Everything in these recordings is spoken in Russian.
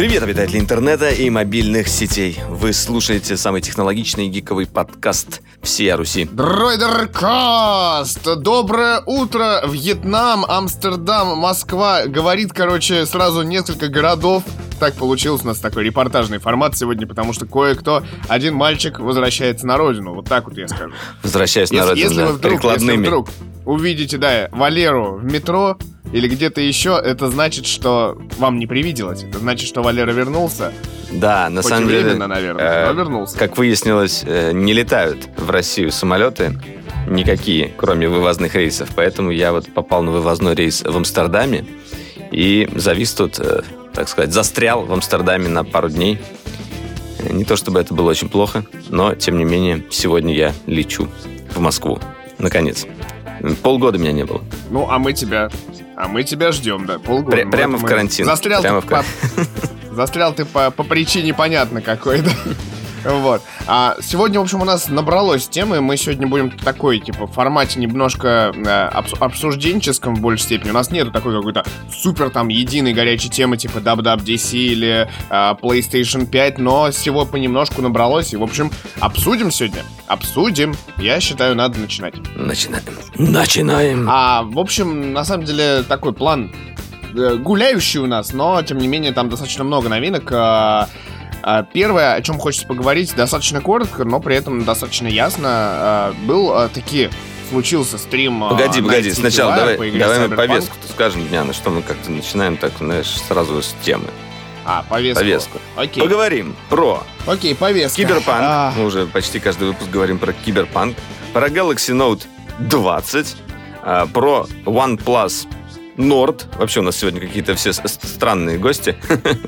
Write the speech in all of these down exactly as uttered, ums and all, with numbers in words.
Привет, обитатели интернета и мобильных сетей. Вы слушаете самый технологичный и гиковый подкаст всей Руси. Дройдеркаст! Доброе утро, Вьетнам, Амстердам, Москва. Говорит, короче, сразу несколько городов. Так получилось у нас такой репортажный формат сегодня, потому что кое-кто, один мальчик возвращается на родину. Вот так вот я скажу. Возвращаясь на родину, если да, вы вдруг, прикладными. Если вдруг увидите, да, Валеру в метро или где-то еще, это значит, что вам не привиделось. Это значит, что Валера вернулся. Да, на Хоть самом и деле, временно, наверное, э, но вернулся. как выяснилось, э, не летают в Россию самолеты никакие, кроме вывозных рейсов. Поэтому я вот попал на вывозной рейс в Амстердаме и завис тут, э, так сказать, застрял в Амстердаме на пару дней. Не то чтобы это было очень плохо, но, тем не менее, сегодня я лечу в Москву. Наконец. Полгода меня не было. Ну, а мы тебя... А мы тебя ждем, да, полгода. Пря- прямо в карантин. Застрял прямо ты, в кар... по... Застрял ты по, по причине понятно какой, да? Вот. А сегодня, в общем, у нас набралось темы. Мы сегодня будем в такой, типа, формате немножко э, обс- обсужденческом в большей степени. У нас нету такой какой-то супер там единой горячей темы, типа дабл ю дабл ю ди си или э, PlayStation пять, но всего понемножку набралось. И, в общем, обсудим сегодня. Обсудим. Я считаю, надо начинать. Начинаем. Начинаем. А, в общем, на самом деле, такой план э, гуляющий у нас, но, тем не менее, там достаточно много новинок. Э, Первое, о чем хочется поговорить, достаточно коротко, но при этом достаточно ясно. Был таки случился стрим. Погоди, погоди, сначала Wire давай, по игре давай мы Cyberpunk. повестку-то скажем дня, на что мы как-то начинаем так, знаешь, сразу с темы. А, повестку. Повестку. Окей. Поговорим про Окей, повестка. Киберпанк. А. Мы уже почти каждый выпуск говорим про Киберпанк. Про Galaxy Note двадцать. Про OnePlus Nord. Вообще у нас сегодня какие-то все странные гости.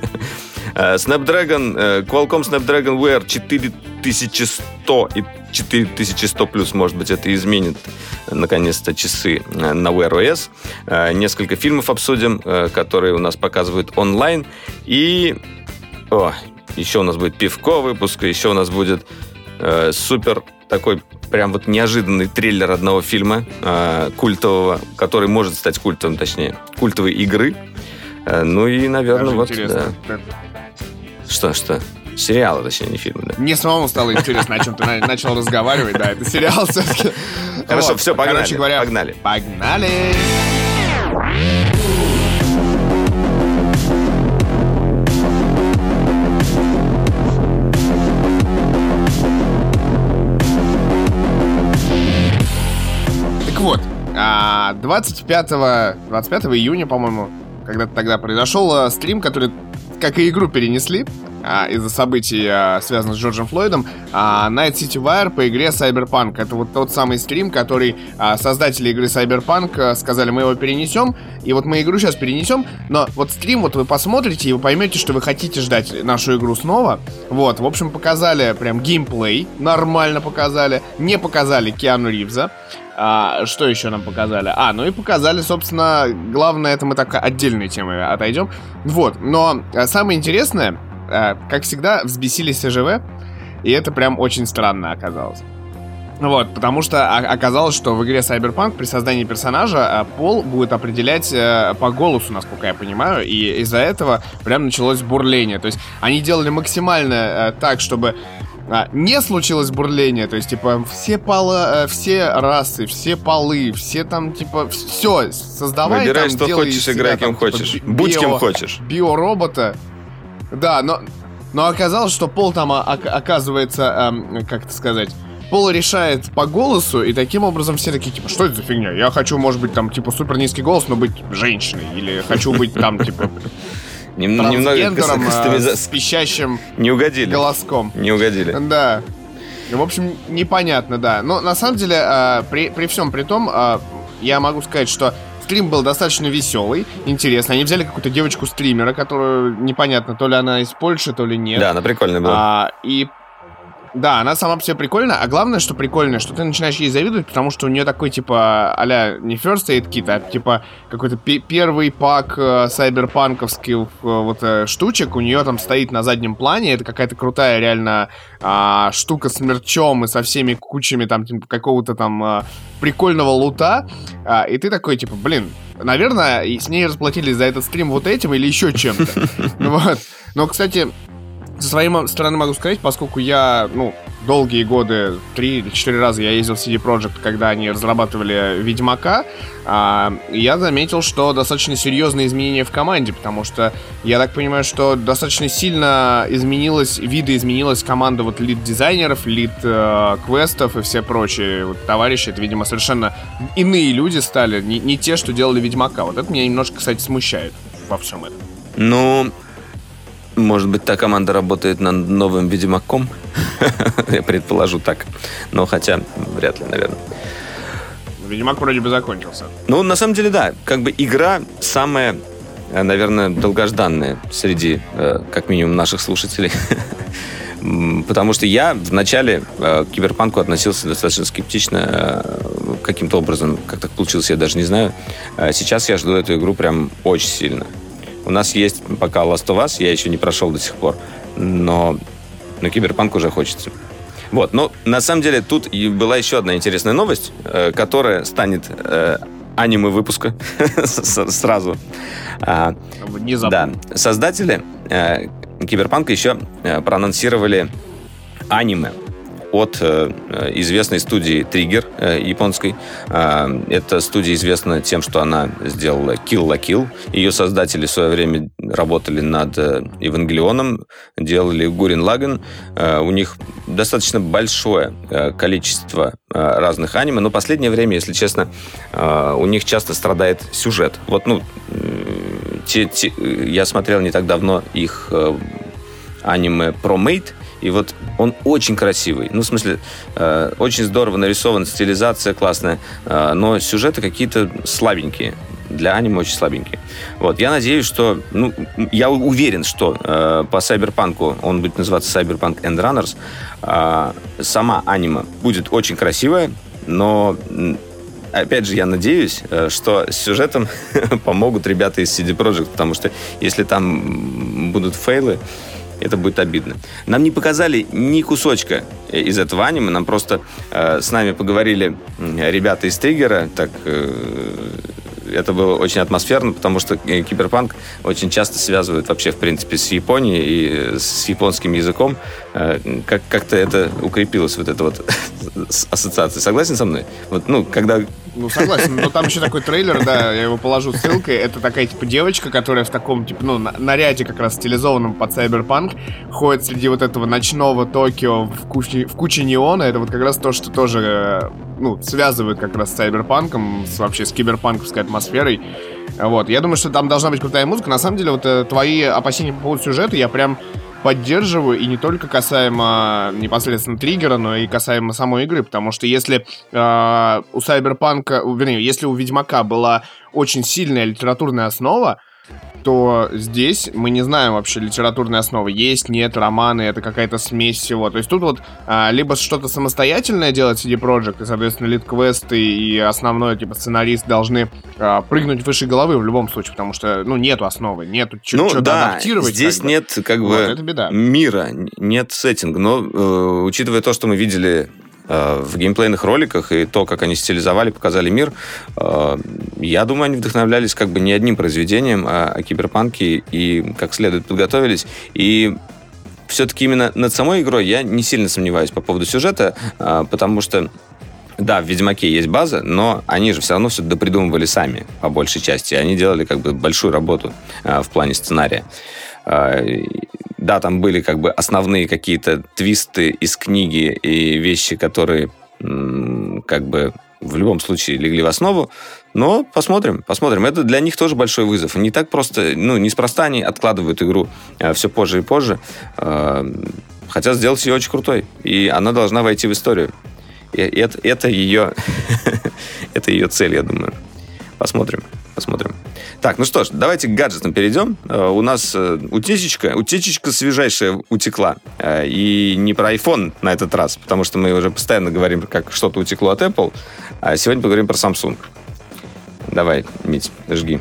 Snapdragon, Qualcomm Snapdragon Wear четыре тысячи сто и четыре тысячи сто плюс, может быть, это изменит наконец-то часы на Wear о эс. Несколько фильмов обсудим, которые у нас показывают онлайн. И о, еще у нас будет пивко выпуск, еще у нас будет э, супер такой прям вот неожиданный трейлер одного фильма э, культового, который может стать культовым, точнее, культовой игры. Э, ну и, наверное, Даже вот... интересно. Да. Что, что? Сериалы, точнее, не фильмы, да. Мне самому стало интересно, о чем ты на- начал разговаривать. Да, это сериал все-таки. Хорошо, Вот. все, погнали. Короче говоря, Погнали. Погнали! Так вот, а, двадцать пятого июня, по-моему, когда-то тогда произошел а, стрим, который, как и игру, перенесли а, из-за событий, а, связанных с Джорджем Флойдом, а, Night City Wire по игре Cyberpunk. Это вот тот самый стрим, который а, создатели игры Cyberpunk а, сказали, мы его перенесем, и вот мы игру сейчас перенесем, но вот стрим вот вы посмотрите, и вы поймете, что вы хотите ждать нашу игру снова. Вот, в общем, показали прям геймплей, нормально показали, не показали Киану Ривза. А, что еще нам показали? А, ну и показали, собственно, главное, это мы так отдельной темой отойдем. Вот, но а, самое интересное, а, как всегда, взбесились си джи ви, и это прям очень странно оказалось. Вот, потому что а, оказалось, что в игре Cyberpunk при создании персонажа а, пол будет определять а, по голосу, насколько я понимаю, и из-за этого прям началось бурление. То есть они делали максимально а, так, чтобы... А, не случилось бурление, то есть, типа, все полы, все расы, все полы, все там, типа, все, создавай. Выбирай, там, что делай хочешь, себя, играй там, кем типа, хочешь. би- Будь био- кем хочешь. Биоробота. Да, но, но оказалось, что пол там, а, оказывается, эм, как это сказать, пол решает по голосу, и таким образом все такие, типа, что это за фигня? Я хочу, может быть, там, типа, супер низкий голос, но быть женщиной, или хочу быть, там, типа... Нем- трансгендером, немного а, кастомиза- с пищащим Не угодили. голоском. Не угодили. Да. В общем, непонятно, да. Но на самом деле, а, при, при всем при том, а, я могу сказать, что стрим был достаточно веселый, интересный. Они взяли какую-то девочку-стримера, которую непонятно, то ли она из Польши, то ли нет. Да, она прикольная была. А, и Да, она сама по себе прикольная, а главное, что прикольное, что ты начинаешь ей завидовать, потому что у нее такой, типа, а-ля не First Aid Kit, а, типа, какой-то пи- первый пак э, сайберпанковских э, вот э, штучек, у нее там стоит на заднем плане, это какая-то крутая реально э, штука с мерчом и со всеми кучами там, типа, какого-то там э, прикольного лута, э, и ты такой, типа, блин, наверное, с ней расплатились за этот стрим вот этим или еще чем-то. Вот. Но, кстати, со своей стороны могу сказать, поскольку я, ну, долгие годы, три или четыре раза я ездил в си ди Projekt, когда они разрабатывали Ведьмака, а, я заметил, что достаточно серьезные изменения в команде, потому что я так понимаю, что достаточно сильно изменилась, видоизменилась команда вот лид-дизайнеров, лид-квестов и все прочие вот товарищи. Это, видимо, совершенно иные люди стали, не, не те, что делали Ведьмака. Вот это меня немножко, кстати, смущает во всем этом. Ну... Может быть, та команда работает над новым Ведьмаком? Я предположу так. Но хотя, вряд ли, наверное. Ведьмак вроде бы закончился. Ну, на самом деле, да. Как бы игра самая, наверное, долгожданная среди, как минимум, наших слушателей. Потому что я в начале к Киберпанку относился достаточно скептично. Каким-то образом, как так получилось, я даже не знаю. Сейчас я жду эту игру прям очень сильно. У нас есть пока Last of Us, я еще не прошел до сих пор, но, но Киберпанк уже хочется. Вот, но на самом деле тут и была еще одна интересная новость, э, которая станет э, аниме выпуска сразу. А, да, создатели э, Киберпанка еще э, проанонсировали аниме от э, известной студии Trigger э, японской. Э, эта студия известна тем, что она сделала Kill la Kill. Ее создатели в свое время работали над э, Евангелионом, делали Гуррен Лаганн. Э, у них достаточно большое э, количество э, разных аниме, но в последнее время, если честно, э, у них часто страдает сюжет. Вот, ну, э, те, те, я смотрел не так давно их э, аниме ProMate, и вот он очень красивый. Ну, в смысле, э, очень здорово нарисован, стилизация классная, э, но сюжеты какие-то слабенькие. Для аниме очень слабенькие. Вот, я надеюсь, что... Ну, я уверен, что э, по Cyberpunk'у, он будет называться Cyberpunk Endrunners, э, сама аниме будет очень красивая, но... Опять же, я надеюсь, что с сюжетом помогут ребята из си ди Projekt, потому что если там будут фейлы, это будет обидно. Нам не показали ни кусочка из этого аниме, нам просто э, с нами поговорили ребята из Триггера, так э, это было очень атмосферно, потому что Киберпанк очень часто связывают вообще, в принципе, с Японией и с японским языком. Э, как- как-то это укрепилось, вот эта вот ассоциация. Согласен со мной? Вот, ну, когда... Ну, согласен, но там еще такой трейлер, да, я его положу ссылкой. Это такая, типа, девочка, которая в таком, типа, ну, наряде как раз стилизованном под Cyberpunk ходит среди вот этого ночного Токио в куче, в куче неона. Это вот как раз то, что тоже, ну, связывают как раз с Cyberpunk'ом, с, вообще с киберпанковской атмосферой. Вот, я думаю, что там должна быть крутая музыка. На самом деле, вот э, твои опасения по поводу сюжета я прям поддерживаю, и не только касаемо непосредственно триггера, но и касаемо самой игры, потому что если э, у Cyberpunk'а, вернее, если у Ведьмака была очень сильная литературная основа, то здесь мы не знаем вообще литературной основы. Есть, нет, романы, это какая-то смесь всего. То есть тут вот а, либо что-то самостоятельное делать си ди Projekt, и, соответственно, лид-квесты и основной, типа, сценарист должны а, прыгнуть выше головы в любом случае, потому что, ну, нету основы, нету чего Ну что-то да, адаптировать. здесь как бы. нет как Вот, бы это беда. мира, нет сеттинга. Но э, учитывая то, что мы видели э, в геймплейных роликах и то, как они стилизовали, показали мир, э, я думаю, они вдохновлялись как бы не одним произведением, а о Киберпанке и как следует подготовились. И все-таки именно над самой игрой я не сильно сомневаюсь по поводу сюжета, э, потому что да, в Ведьмаке есть база, но они же все равно все допридумывали сами, по большей части. Они делали как бы большую работу э, в плане сценария. Э, да, там были как бы основные какие-то твисты из книги и вещи, которые м- как бы в любом случае легли в основу. Но посмотрим, посмотрим. Это для них тоже большой вызов. Не так просто, ну, неспроста они откладывают игру э, все позже и позже. Э, хотят сделать ее очень крутой. И она должна войти в историю. И это, это ее это ее цель, я думаю. Посмотрим. Посмотрим. Так, ну что ж, давайте к гаджетам перейдем. Uh, у нас uh, утечечка, утечечка свежайшая утекла. Uh, и не про iPhone на этот раз, потому что мы уже постоянно говорим, как что-то утекло от Apple. А сегодня поговорим про Samsung. Давай, Мить, жги.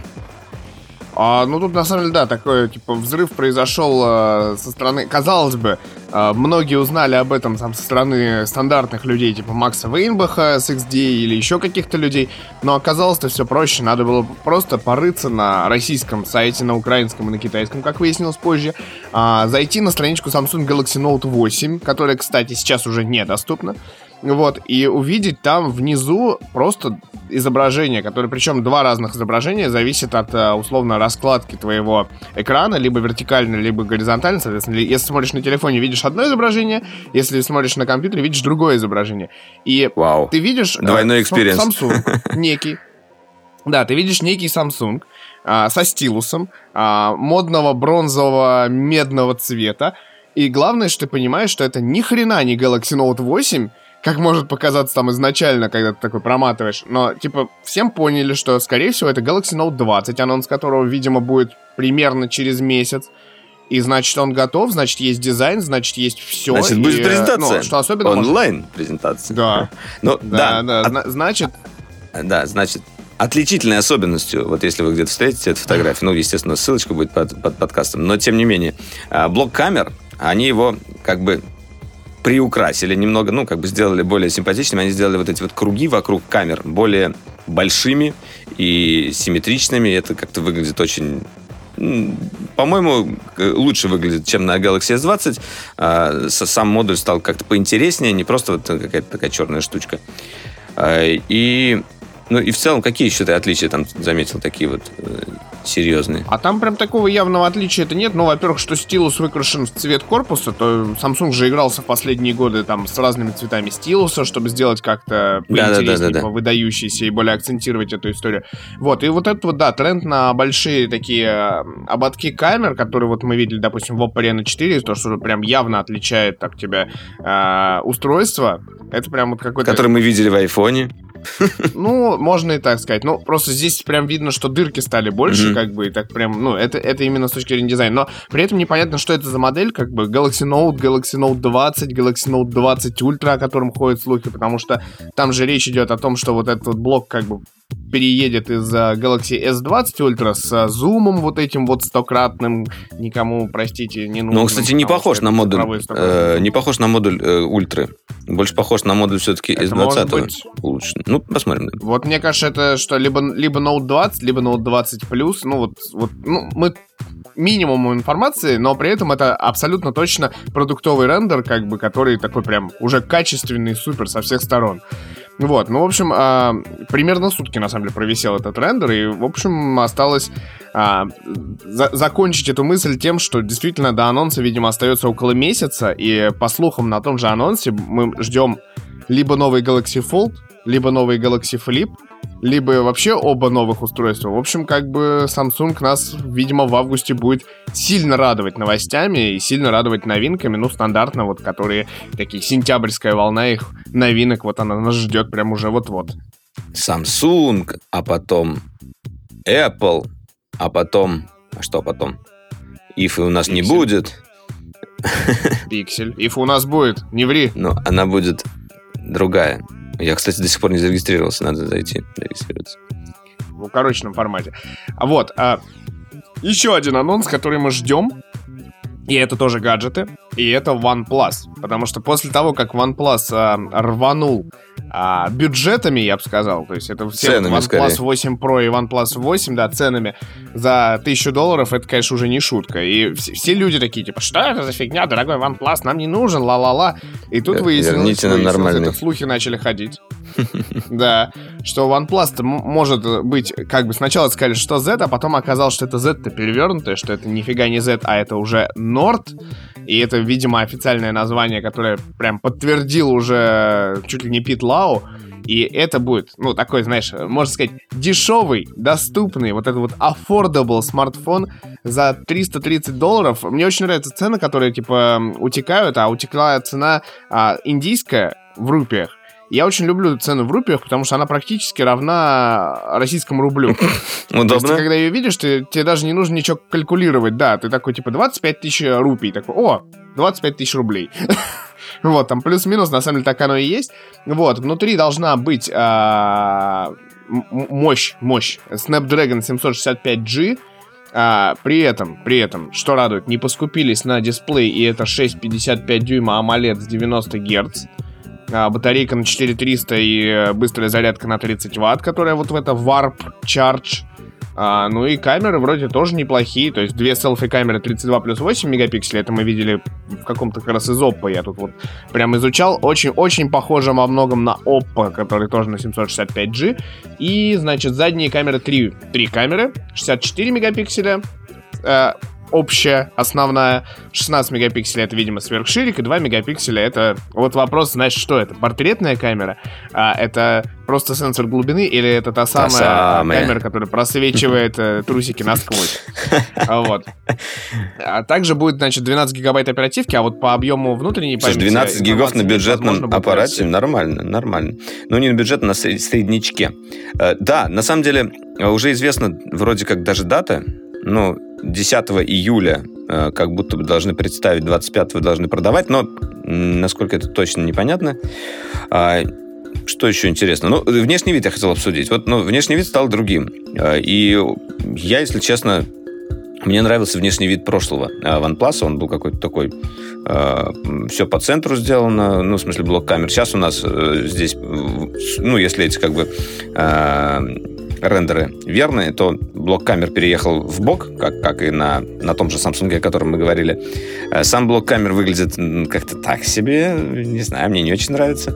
А, ну, тут, на самом деле, да, такой, типа, взрыв произошел э, со стороны... Казалось бы, э, многие узнали об этом там, со стороны стандартных людей, типа Макса Вейнбаха с икс ди или еще каких-то людей, но оказалось-то все проще. Надо было просто порыться на российском сайте, на украинском и на китайском, как выяснилось позже, э, зайти на страничку Samsung Galaxy Note восемь, которая, кстати, сейчас уже недоступна. Вот, и увидеть там внизу просто изображение, которое, причем два разных изображения, зависит от, условно, раскладки твоего экрана, либо вертикально, либо горизонтально, соответственно, если смотришь на телефоне, видишь одно изображение, если смотришь на компьютере, видишь другое изображение. И Вау. Ты видишь... Двойной экспириенс. Samsung некий. Да, ты видишь некий Samsung а, со стилусом а, модного бронзового медного цвета, и главное, что ты понимаешь, что это ни хрена не Galaxy Note восемь, как может показаться там изначально, когда ты такой проматываешь. Но, типа, всем поняли, что, скорее всего, это Galaxy Note двадцать, анонс которого, видимо, будет примерно через месяц. И, значит, он готов, значит, есть дизайн, значит, есть все. Значит, и, будет презентация. Ну, что особенно онлайн-презентация. Да. Ну, да, да. да. От... Значит... Да, значит, отличительной особенностью, вот если вы где-то встретите эту фотографию, ну, естественно, ссылочка будет под, под подкастом, но, тем не менее, блок камер, они его, как бы, приукрасили немного, ну, как бы сделали более симпатичными. Они сделали вот эти вот круги вокруг камер более большими и симметричными. Это как-то выглядит очень... По-моему, лучше выглядит, чем на Galaxy эс двадцать. Сам модуль стал как-то поинтереснее, не просто вот какая-то такая черная штучка. И... Ну и в целом, какие еще ты отличия там заметил, такие вот э, серьезные? А там прям такого явного отличия-то нет. Ну, во-первых, что стилус выкрашен в цвет корпуса, то Samsung же игрался в последние годы там с разными цветами стилуса, чтобы сделать как-то поинтереснее, да, да, да, да. выдающийся и более акцентировать эту историю. Вот, и вот это вот, да, тренд на большие такие ободки камер, которые вот мы видели, допустим, в Oppo Reno четыре, то, что прям явно отличает так тебя э, устройство. Это прям вот какой-то... Который мы видели в айфоне. Ну, можно и так сказать. Ну, просто здесь прям видно, что дырки стали больше, mm-hmm. как бы, и так прям, ну, это, это именно с точки зрения дизайна. Но при этом непонятно, что это за модель, как бы, Galaxy Note, Galaxy Note двадцать, Galaxy Note двадцать Ultra, о котором ходят слухи, потому что там же речь идет о том, что вот этот вот блок, как бы, переедет из Galaxy эс двадцать Ultra с зумом вот этим вот стократным, никому, простите, не нужно. Ну, кстати, не похож на модуль, э, не похож на модуль э, Ultra. Больше похож на модуль все-таки эс двадцать быть... улучшенный. Ну, посмотрим. Да. Вот мне кажется, это что, либо, либо Note двадцать, либо Note двадцать Plus. Ну, вот, вот ну, мы минимум информации, но при этом это абсолютно точно продуктовый рендер, как бы, который такой прям уже качественный, супер со всех сторон. Вот, ну, в общем, а, примерно сутки, на самом деле, провисел этот рендер, и, в общем, осталось а, за- закончить эту мысль тем, что действительно до анонса, видимо, остается около месяца, и, по слухам, на том же анонсе мы ждем либо новый Galaxy Fold, либо новый Galaxy Flip, либо вообще оба новых устройства. В общем, как бы Samsung нас, видимо, в августе будет сильно радовать новостями и сильно радовать новинками, ну, стандартно, вот, которые такие, сентябрьская волна их новинок, вот она нас ждет прям уже вот-вот. Samsung, а потом Apple, а потом... А что потом? Ифы у нас Pixel. Не будет. Pixel. Ифы у нас будет, не ври. Ну, она будет другая. Я, кстати, до сих пор не зарегистрировался, надо зайти, зарегистрироваться. В укороченном формате. А вот, а, еще один анонс, который мы ждем, и это тоже гаджеты, и это OnePlus. Потому что после того, как OnePlus а, рванул а, бюджетами, я бы сказал, то есть это все ценами, OnePlus скорее. восемь Pro и OnePlus восемь, да, ценами за тысячу долларов, это, конечно, уже не шутка. И все, все люди такие, типа, что это за фигня, дорогой OnePlus, нам не нужен, ла-ла-ла. И тут выяснилось, на нормальный. слухи начали ходить. Да, что OnePlus может быть, как бы сначала сказали, что Z, а потом оказалось, что это Z-то перевернутое, что это нифига не Z, а это уже Nord. И это, видимо, официальное название, которое прям подтвердил уже чуть ли не Пит Лау. И это будет, ну, такой, знаешь, можно сказать, дешевый, доступный, вот этот вот affordable смартфон за триста тридцать долларов. Мне очень нравятся цены, которые, типа, утекают, а утекла цена а, индийская в рупиях. Я очень люблю цену в рупиях, потому что она практически равна российскому рублю. Удобно. То есть, когда ее видишь, ты, тебе даже не нужно ничего калькулировать. Да, ты такой, типа, двадцать пять тысяч рупий. Такой, о, двадцать пять тысяч рублей. Вот, там плюс-минус, на самом деле, так оно и есть. Вот, внутри должна быть мощь, мощь. Snapdragon семьсот шестьдесят пять джи. А, при этом, при этом, что радует, не поскупились на дисплей, и это шесть пятьдесят пять дюйма AMOLED с девяносто герц. А, батарейка на четыре тысячи триста и быстрая зарядка на тридцать ватт, которая вот в это Warp Charge. А, ну и камеры вроде тоже неплохие. То есть две селфи-камеры тридцать два плюс восемь мегапикселей. Это мы видели в каком-то как раз из Oppo. Я тут вот прям изучал. Очень-очень похоже во многом на Oppo, который тоже на семьсот шестьдесят пять джи. И, значит, задние камеры три, три камеры. шестьдесят четыре мегапикселя. Э, общая, основная. шестнадцать мегапикселей это, видимо, сверхширик. И два мегапикселя это... Вот вопрос, знаешь, что это? Портретная камера? А, это просто сенсор глубины? Или это та самая, та самая. камера, которая просвечивает э, трусики насквозь? Вот. А также будет, значит, двенадцать гигабайт оперативки, а вот по объему внутренней памяти... двенадцать гигов на бюджетном аппарате? Нормально, нормально. Ну, не на бюджетном, на среднячке. Да, на самом деле, уже известна вроде как даже дата. Ну, десятого июля как будто бы должны представить, двадцать пятого должны продавать, но насколько это точно непонятно. Что еще интересно? Ну, внешний вид я хотел обсудить. Вот, ну, внешний вид стал другим. И я, если честно, мне нравился внешний вид прошлого OnePlus. Он был какой-то такой... Все по центру сделано, ну, в смысле, блок камер. Сейчас у нас здесь, ну, если эти как бы... рендеры верные, то блок камер переехал в бок, как, как и на, на том же Samsung, о котором мы говорили. Сам блок камер выглядит как-то так себе, не знаю, мне не очень нравится.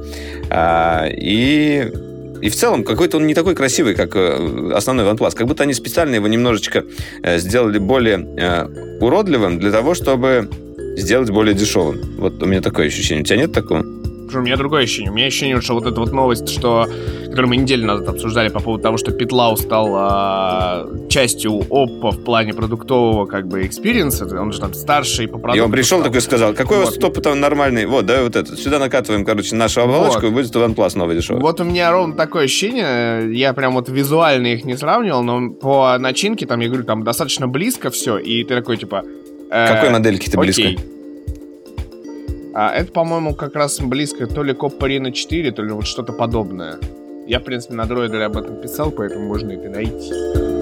И, и в целом какой-то он не такой красивый, как основной OnePlus. Как будто они специально его немножечко сделали более уродливым для того, чтобы сделать более дешевым. Вот у меня такое ощущение. У тебя нет такого? У меня другое ощущение. У меня ощущение, что вот эта вот новость, что, которую мы неделю назад обсуждали по поводу того, что Питлау стал а, частью Oppo в плане продуктового как бы экспириенса, он же там старший по продукту. И он пришел стал. такой и сказал, какой вот. у вас топ там нормальный, вот, давай вот этот, сюда накатываем, короче, нашу оболочку, вот. И будет OnePlus новый дешевый. Вот у меня ровно такое ощущение, я прям вот визуально их не сравнивал, но по начинке там, я говорю, там достаточно близко все, и ты такой, типа... Э, какой модельки ты близко? Окей. А это, по-моему, как раз близко то ли к Oppo Reno четыре, то ли вот что-то подобное. Я, в принципе, на дроидере об этом писал, поэтому можно это найти.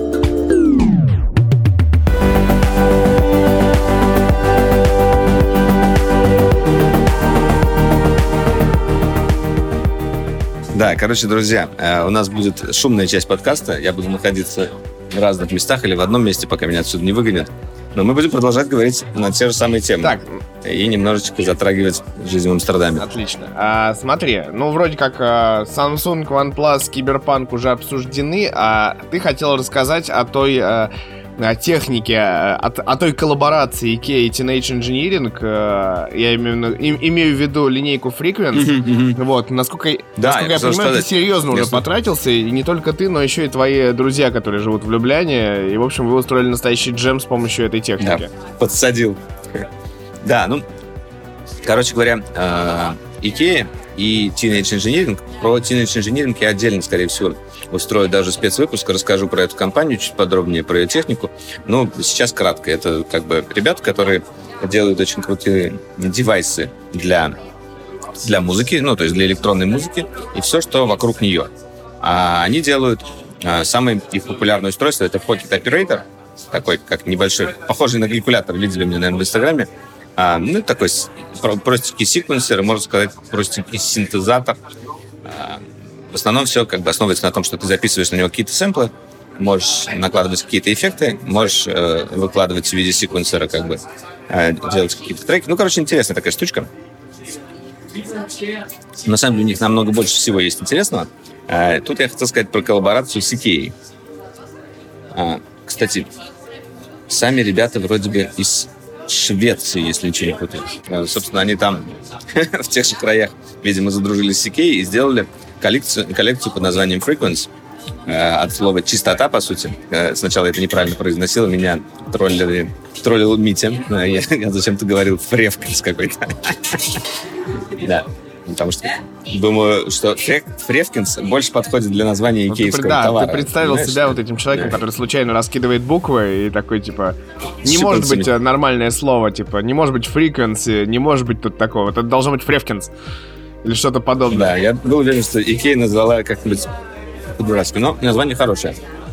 Да, короче, друзья, у нас будет шумная часть подкаста. Я буду находиться в разных местах или в одном месте, пока меня отсюда не выгонят. Но мы будем продолжать говорить на те же самые темы. Так. И немножечко затрагивать жизнь в Амстердаме. Отлично. А, смотри, ну, вроде как а, Samsung, OnePlus, Cyberpunk уже обсуждены, а ты хотел рассказать о той... А, о технике, о, о той коллаборации IKEA и Teenage Engineering. Я именно, им, имею в виду линейку Frequency. Mm-hmm, mm-hmm. Вот, насколько, да, насколько я, я понимаю, сказать, ты серьезно уже потратился. И не только ты, но еще и твои друзья, которые живут в Любляне. И, в общем, вы устроили настоящий джем с помощью этой техники. Да, подсадил. Да, ну, короче говоря, IKEA и Teenage Engineering. Про Teenage Engineering я отдельно, скорее всего, устрою даже спецвыпуск, расскажу про эту компанию чуть подробнее, про ее технику. Но сейчас кратко. Это как бы ребята, которые делают очень крутые девайсы для, для музыки, ну, то есть для электронной музыки и все, что вокруг нее. А они делают а, самое их популярное устройство, это Pocket Operator, такой, как небольшой, похожий на калькулятор, видели меня, наверное, в Инстаграме. А, ну, такой простенький секвенсер, можно сказать, простенький синтезатор. А, в основном все как бы основывается на том, что ты записываешь на него какие-то сэмплы, можешь накладывать какие-то эффекты, можешь э, выкладывать в виде секвенсера, как бы э, делать какие-то треки. Ну, короче, интересная такая штучка. На самом деле у них намного больше всего есть интересного. Э, тут я хотел сказать про коллаборацию с IKEA. Э, кстати, сами ребята вроде бы из Швеции, если ничего не путаю. Э, собственно, они там в тех же краях, видимо, задружились с IKEA и сделали коллекцию, коллекцию под названием Frequency. Э, от слова «чистота», по сути. Э, сначала я это неправильно произносил, меня троллили, троллил Митя. Э, я, я зачем-то говорил «фревканс» какой-то. Да. Потому что думаю, что Фревкинс больше подходит для названия икеевского да, товара. Да, ты представил понимаешь? себя вот этим человеком, да. который случайно раскидывает буквы и такой, типа, не Щипанцами. может быть нормальное слово, типа, не может быть фриквенси, не может быть тут такого. Это должно быть Фревкинс. Или что-то подобное. Да, я был уверен, что Икея назвала как-нибудь по-дурацки, но название хорошее.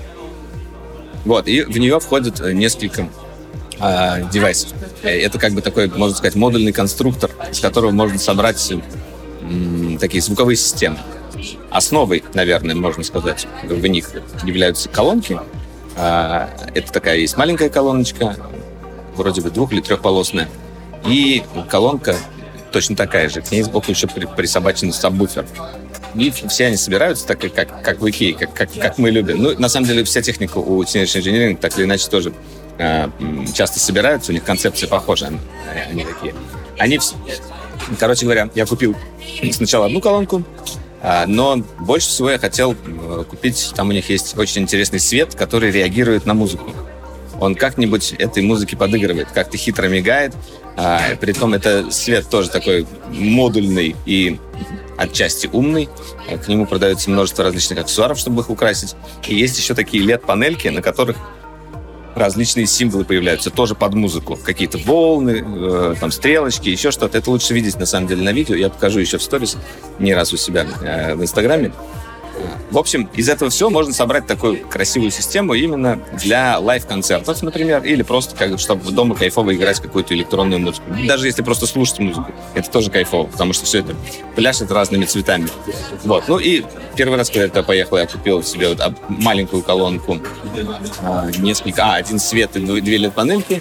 Вот, и в нее входит несколько э, девайсов. Это как бы такой, можно сказать, модульный конструктор, из которого можно собрать м, такие звуковые системы. Основой, наверное, можно сказать, в них являются колонки. Э, это такая есть маленькая колоночка, вроде бы двух- или трехполосная, и колонка точно такая же. К ней сбоку еще присобачен сабвуфер. И все они собираются так, как, как в Икее, как, как, как мы любим. Ну, на самом деле, вся техника у Teenage Engineering так или иначе тоже э, часто собираются. У них концепции похожи. Они такие. Они, короче говоря, я купил сначала одну колонку, э, но больше всего я хотел э, купить... Там у них есть очень интересный свет, который реагирует на музыку. Он как-нибудь этой музыке подыгрывает, как-то хитро мигает. А, притом это свет тоже такой модульный и отчасти умный. К нему продается множество различных аксессуаров, чтобы их украсить. И есть еще такие эл и ди-панельки, на которых различные символы появляются, тоже под музыку. Какие-то волны, э, там стрелочки, еще что-то. Это лучше видеть, на самом деле, на видео. Я покажу еще в сторис не раз у себя э, в Инстаграме. В общем, из этого всего можно собрать такую красивую систему именно для лайв-концертов, например, или просто, как, чтобы дома кайфово играть какую-то электронную музыку. Даже если просто слушать музыку, это тоже кайфово, потому что все это пляшет разными цветами. Вот. Ну и первый раз, когда я поехал, я купил себе вот маленькую колонку, несколько, а, один свет и две эл и ди-панельки,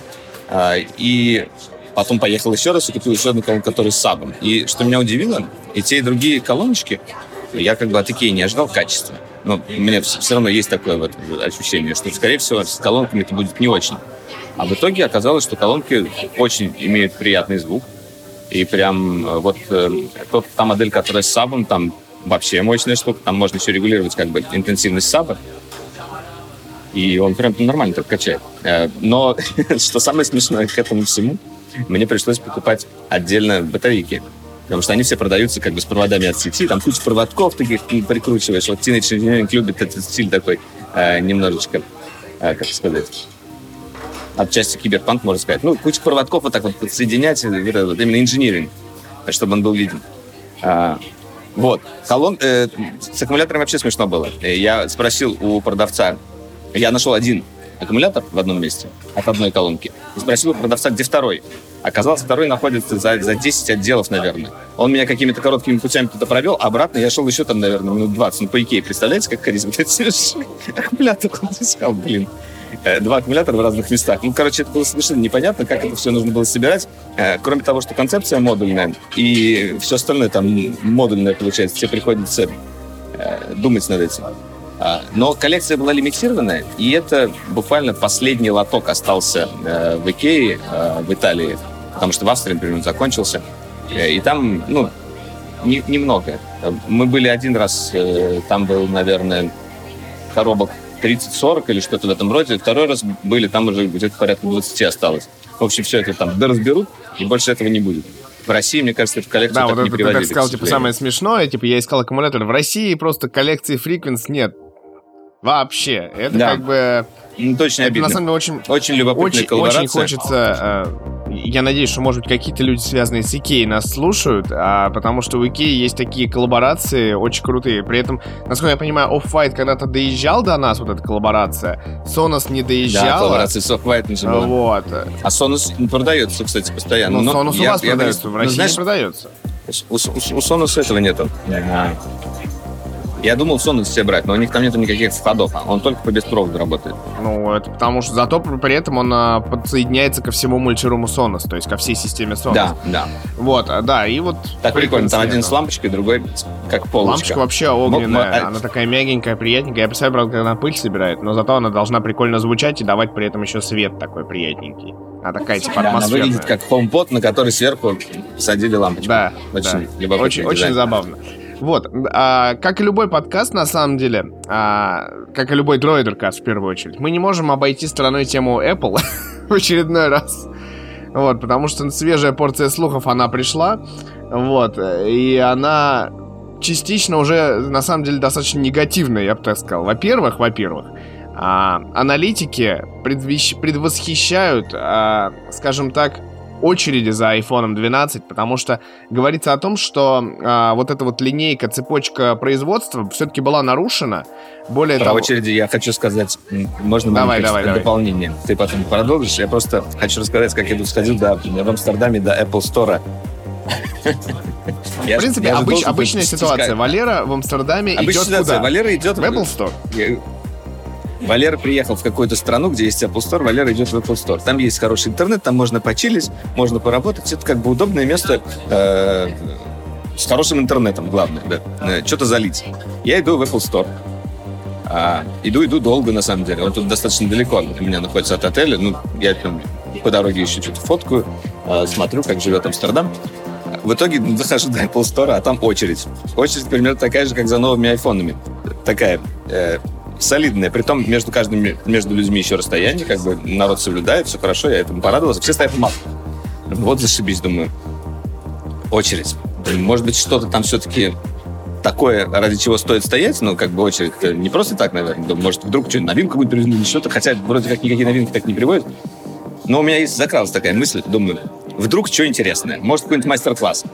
и потом поехал еще раз и купил еще одну колонку, которая с сабом. И что меня удивило, и те, и другие колоночки я как бы от Икеи не ожидал качества. Но у меня все равно есть такое вот ощущение, что, скорее всего, с колонками это будет не очень. А в итоге оказалось, что колонки очень имеют приятный звук. И прям вот э, тот, та модель, которая с сабом, там вообще мощная штука. Там можно еще регулировать как бы интенсивность саба. И он прям нормально так качает. Э, но что самое смешное к этому всему, мне пришлось покупать отдельно батарейки. Потому что они все продаются как бы с проводами от сети. Там куча проводков таких прикручиваешь. Вот Teenage Engineering любит этот стиль такой э, немножечко, э, как сказать, отчасти киберпанк, можно сказать. Ну, куча проводков вот так вот соединять, это, вот, именно инжиниринг, чтобы он был виден. А, вот. Колон, э, с аккумулятором вообще смешно было. Я спросил у продавца, я нашел один аккумулятор в одном месте от одной колонки. И спросил у продавца, где второй. Оказалось, второй находится за, за десять отделов, наверное. Он меня какими-то короткими путями туда провел, обратно я шел еще там, наверное, минут двадцать. Ну, по Икее, представляете, как харизма? Аккумулятор он искал, блин. Два аккумулятора в разных местах. Ну, короче, это было совершенно непонятно, как это все нужно было собирать. Кроме того, что концепция модульная, и все остальное там модульное получается. Тебе приходится думать над этим. Но коллекция была лимитированная, и это буквально последний лоток остался в Икее, в Италии, потому что в Австрии, например, он закончился. И там, ну, не, немного. Мы были один раз, там был, наверное, коробок тридцать-сорок или что-то в этом роде. Второй раз были, там уже где-то порядка двадцать осталось. В общем, все это там доразберут, и больше этого не будет. В России, мне кажется, эту коллекцию да, так вот не это, приводили. ты так сказал, типа, самое смешное, типа, я искал аккумулятор. В России просто коллекции Frequency нет. Вообще. Это да. как бы... Ну, точно это, обидно. на самом деле, очень... Очень любопытная очень, коллаборация. Очень хочется... Э, я надеюсь, что, может быть, какие-то люди, связанные с Икеей, нас слушают, а, потому что у Икеи есть такие коллаборации очень крутые. При этом, насколько я понимаю, Off-White когда-то доезжал до нас, вот эта коллаборация. Sonos не доезжала. Да, коллаборация с Off-White не была. Вот. А Sonos продается, кстати, постоянно. Ну, Sonos у вас я, продается, я, в России ну, знаешь, не продается. У, у, у Sonos этого нету. А. Я думал Sonos себе брать, но у них там нету никаких входов. Он только по беспроводу работает. Ну, это потому что зато при этом он а, подсоединяется ко всему мультируму Sonos, то есть ко всей системе Sonos. Да, да. Вот, а, да, и вот... Так прикольно, там один с лампочкой, другой как полочка. Лампочка вообще огненная, М- она такая мягенькая, приятненькая. Я представляю, правда, когда она пыль собирает, но зато она должна прикольно звучать и давать при этом еще свет такой приятненький. Она такая, типа, да, атмосферная. Она выглядит как HomePod, на который сверху садили лампочку. Да, очень да. любопытный очень, очень забавно. Вот, а, как и любой подкаст, на самом деле, а, как и любой дроидеркаст, в первую очередь, мы не можем обойти стороной тему Apple в очередной раз. Вот, потому что свежая порция слухов, она пришла. Вот, и она частично уже, на самом деле, достаточно негативная, я бы так сказал. Во-первых, во-первых, а, аналитики предвещ... предвосхищают, а, скажем так, очереди за айфон двенадцать, потому что говорится о том, что а, вот эта вот линейка, цепочка производства все-таки была нарушена. Более Про того... очереди я хочу сказать, можно давай, давай, давай. дополнение. Ты потом продолжишь. Я просто хочу рассказать, как я тут сходил до, в Амстердаме до Apple Store. В принципе, обычная ситуация. Валера в Амстердаме идет куда? Валера идет в Apple Store. Валера приехал в какую-то страну, где есть Apple Store, Валера идет в Apple Store. Там есть хороший интернет, там можно почилить, можно поработать. Это как бы удобное место э, с хорошим интернетом, главное, да. Э, что-то залить. Я иду в Apple Store. А, иду, иду долго, на самом деле. Он тут достаточно далеко у меня находится от отеля. Ну, я там по дороге еще что-то фоткаю, э, смотрю, как живет Амстердам. В итоге захожу до Apple Store, а там очередь. Очередь примерно такая же, как за новыми айфонами. Такая... Э, солидная, притом между каждым, между людьми еще расстояние, как бы народ соблюдает, все хорошо, я этому порадовался. Все стоят в масках. Вот зашибись, думаю. Очередь. Может быть, что-то там все-таки такое, ради чего стоит стоять, но как бы очередь не просто так, наверное. Может, вдруг что-нибудь новинку будет привезли или что-то, хотя вроде как никакие новинки так не приводят. Но у меня есть закралась такая мысль, думаю, вдруг что интересное, может, какой-нибудь мастер-класс.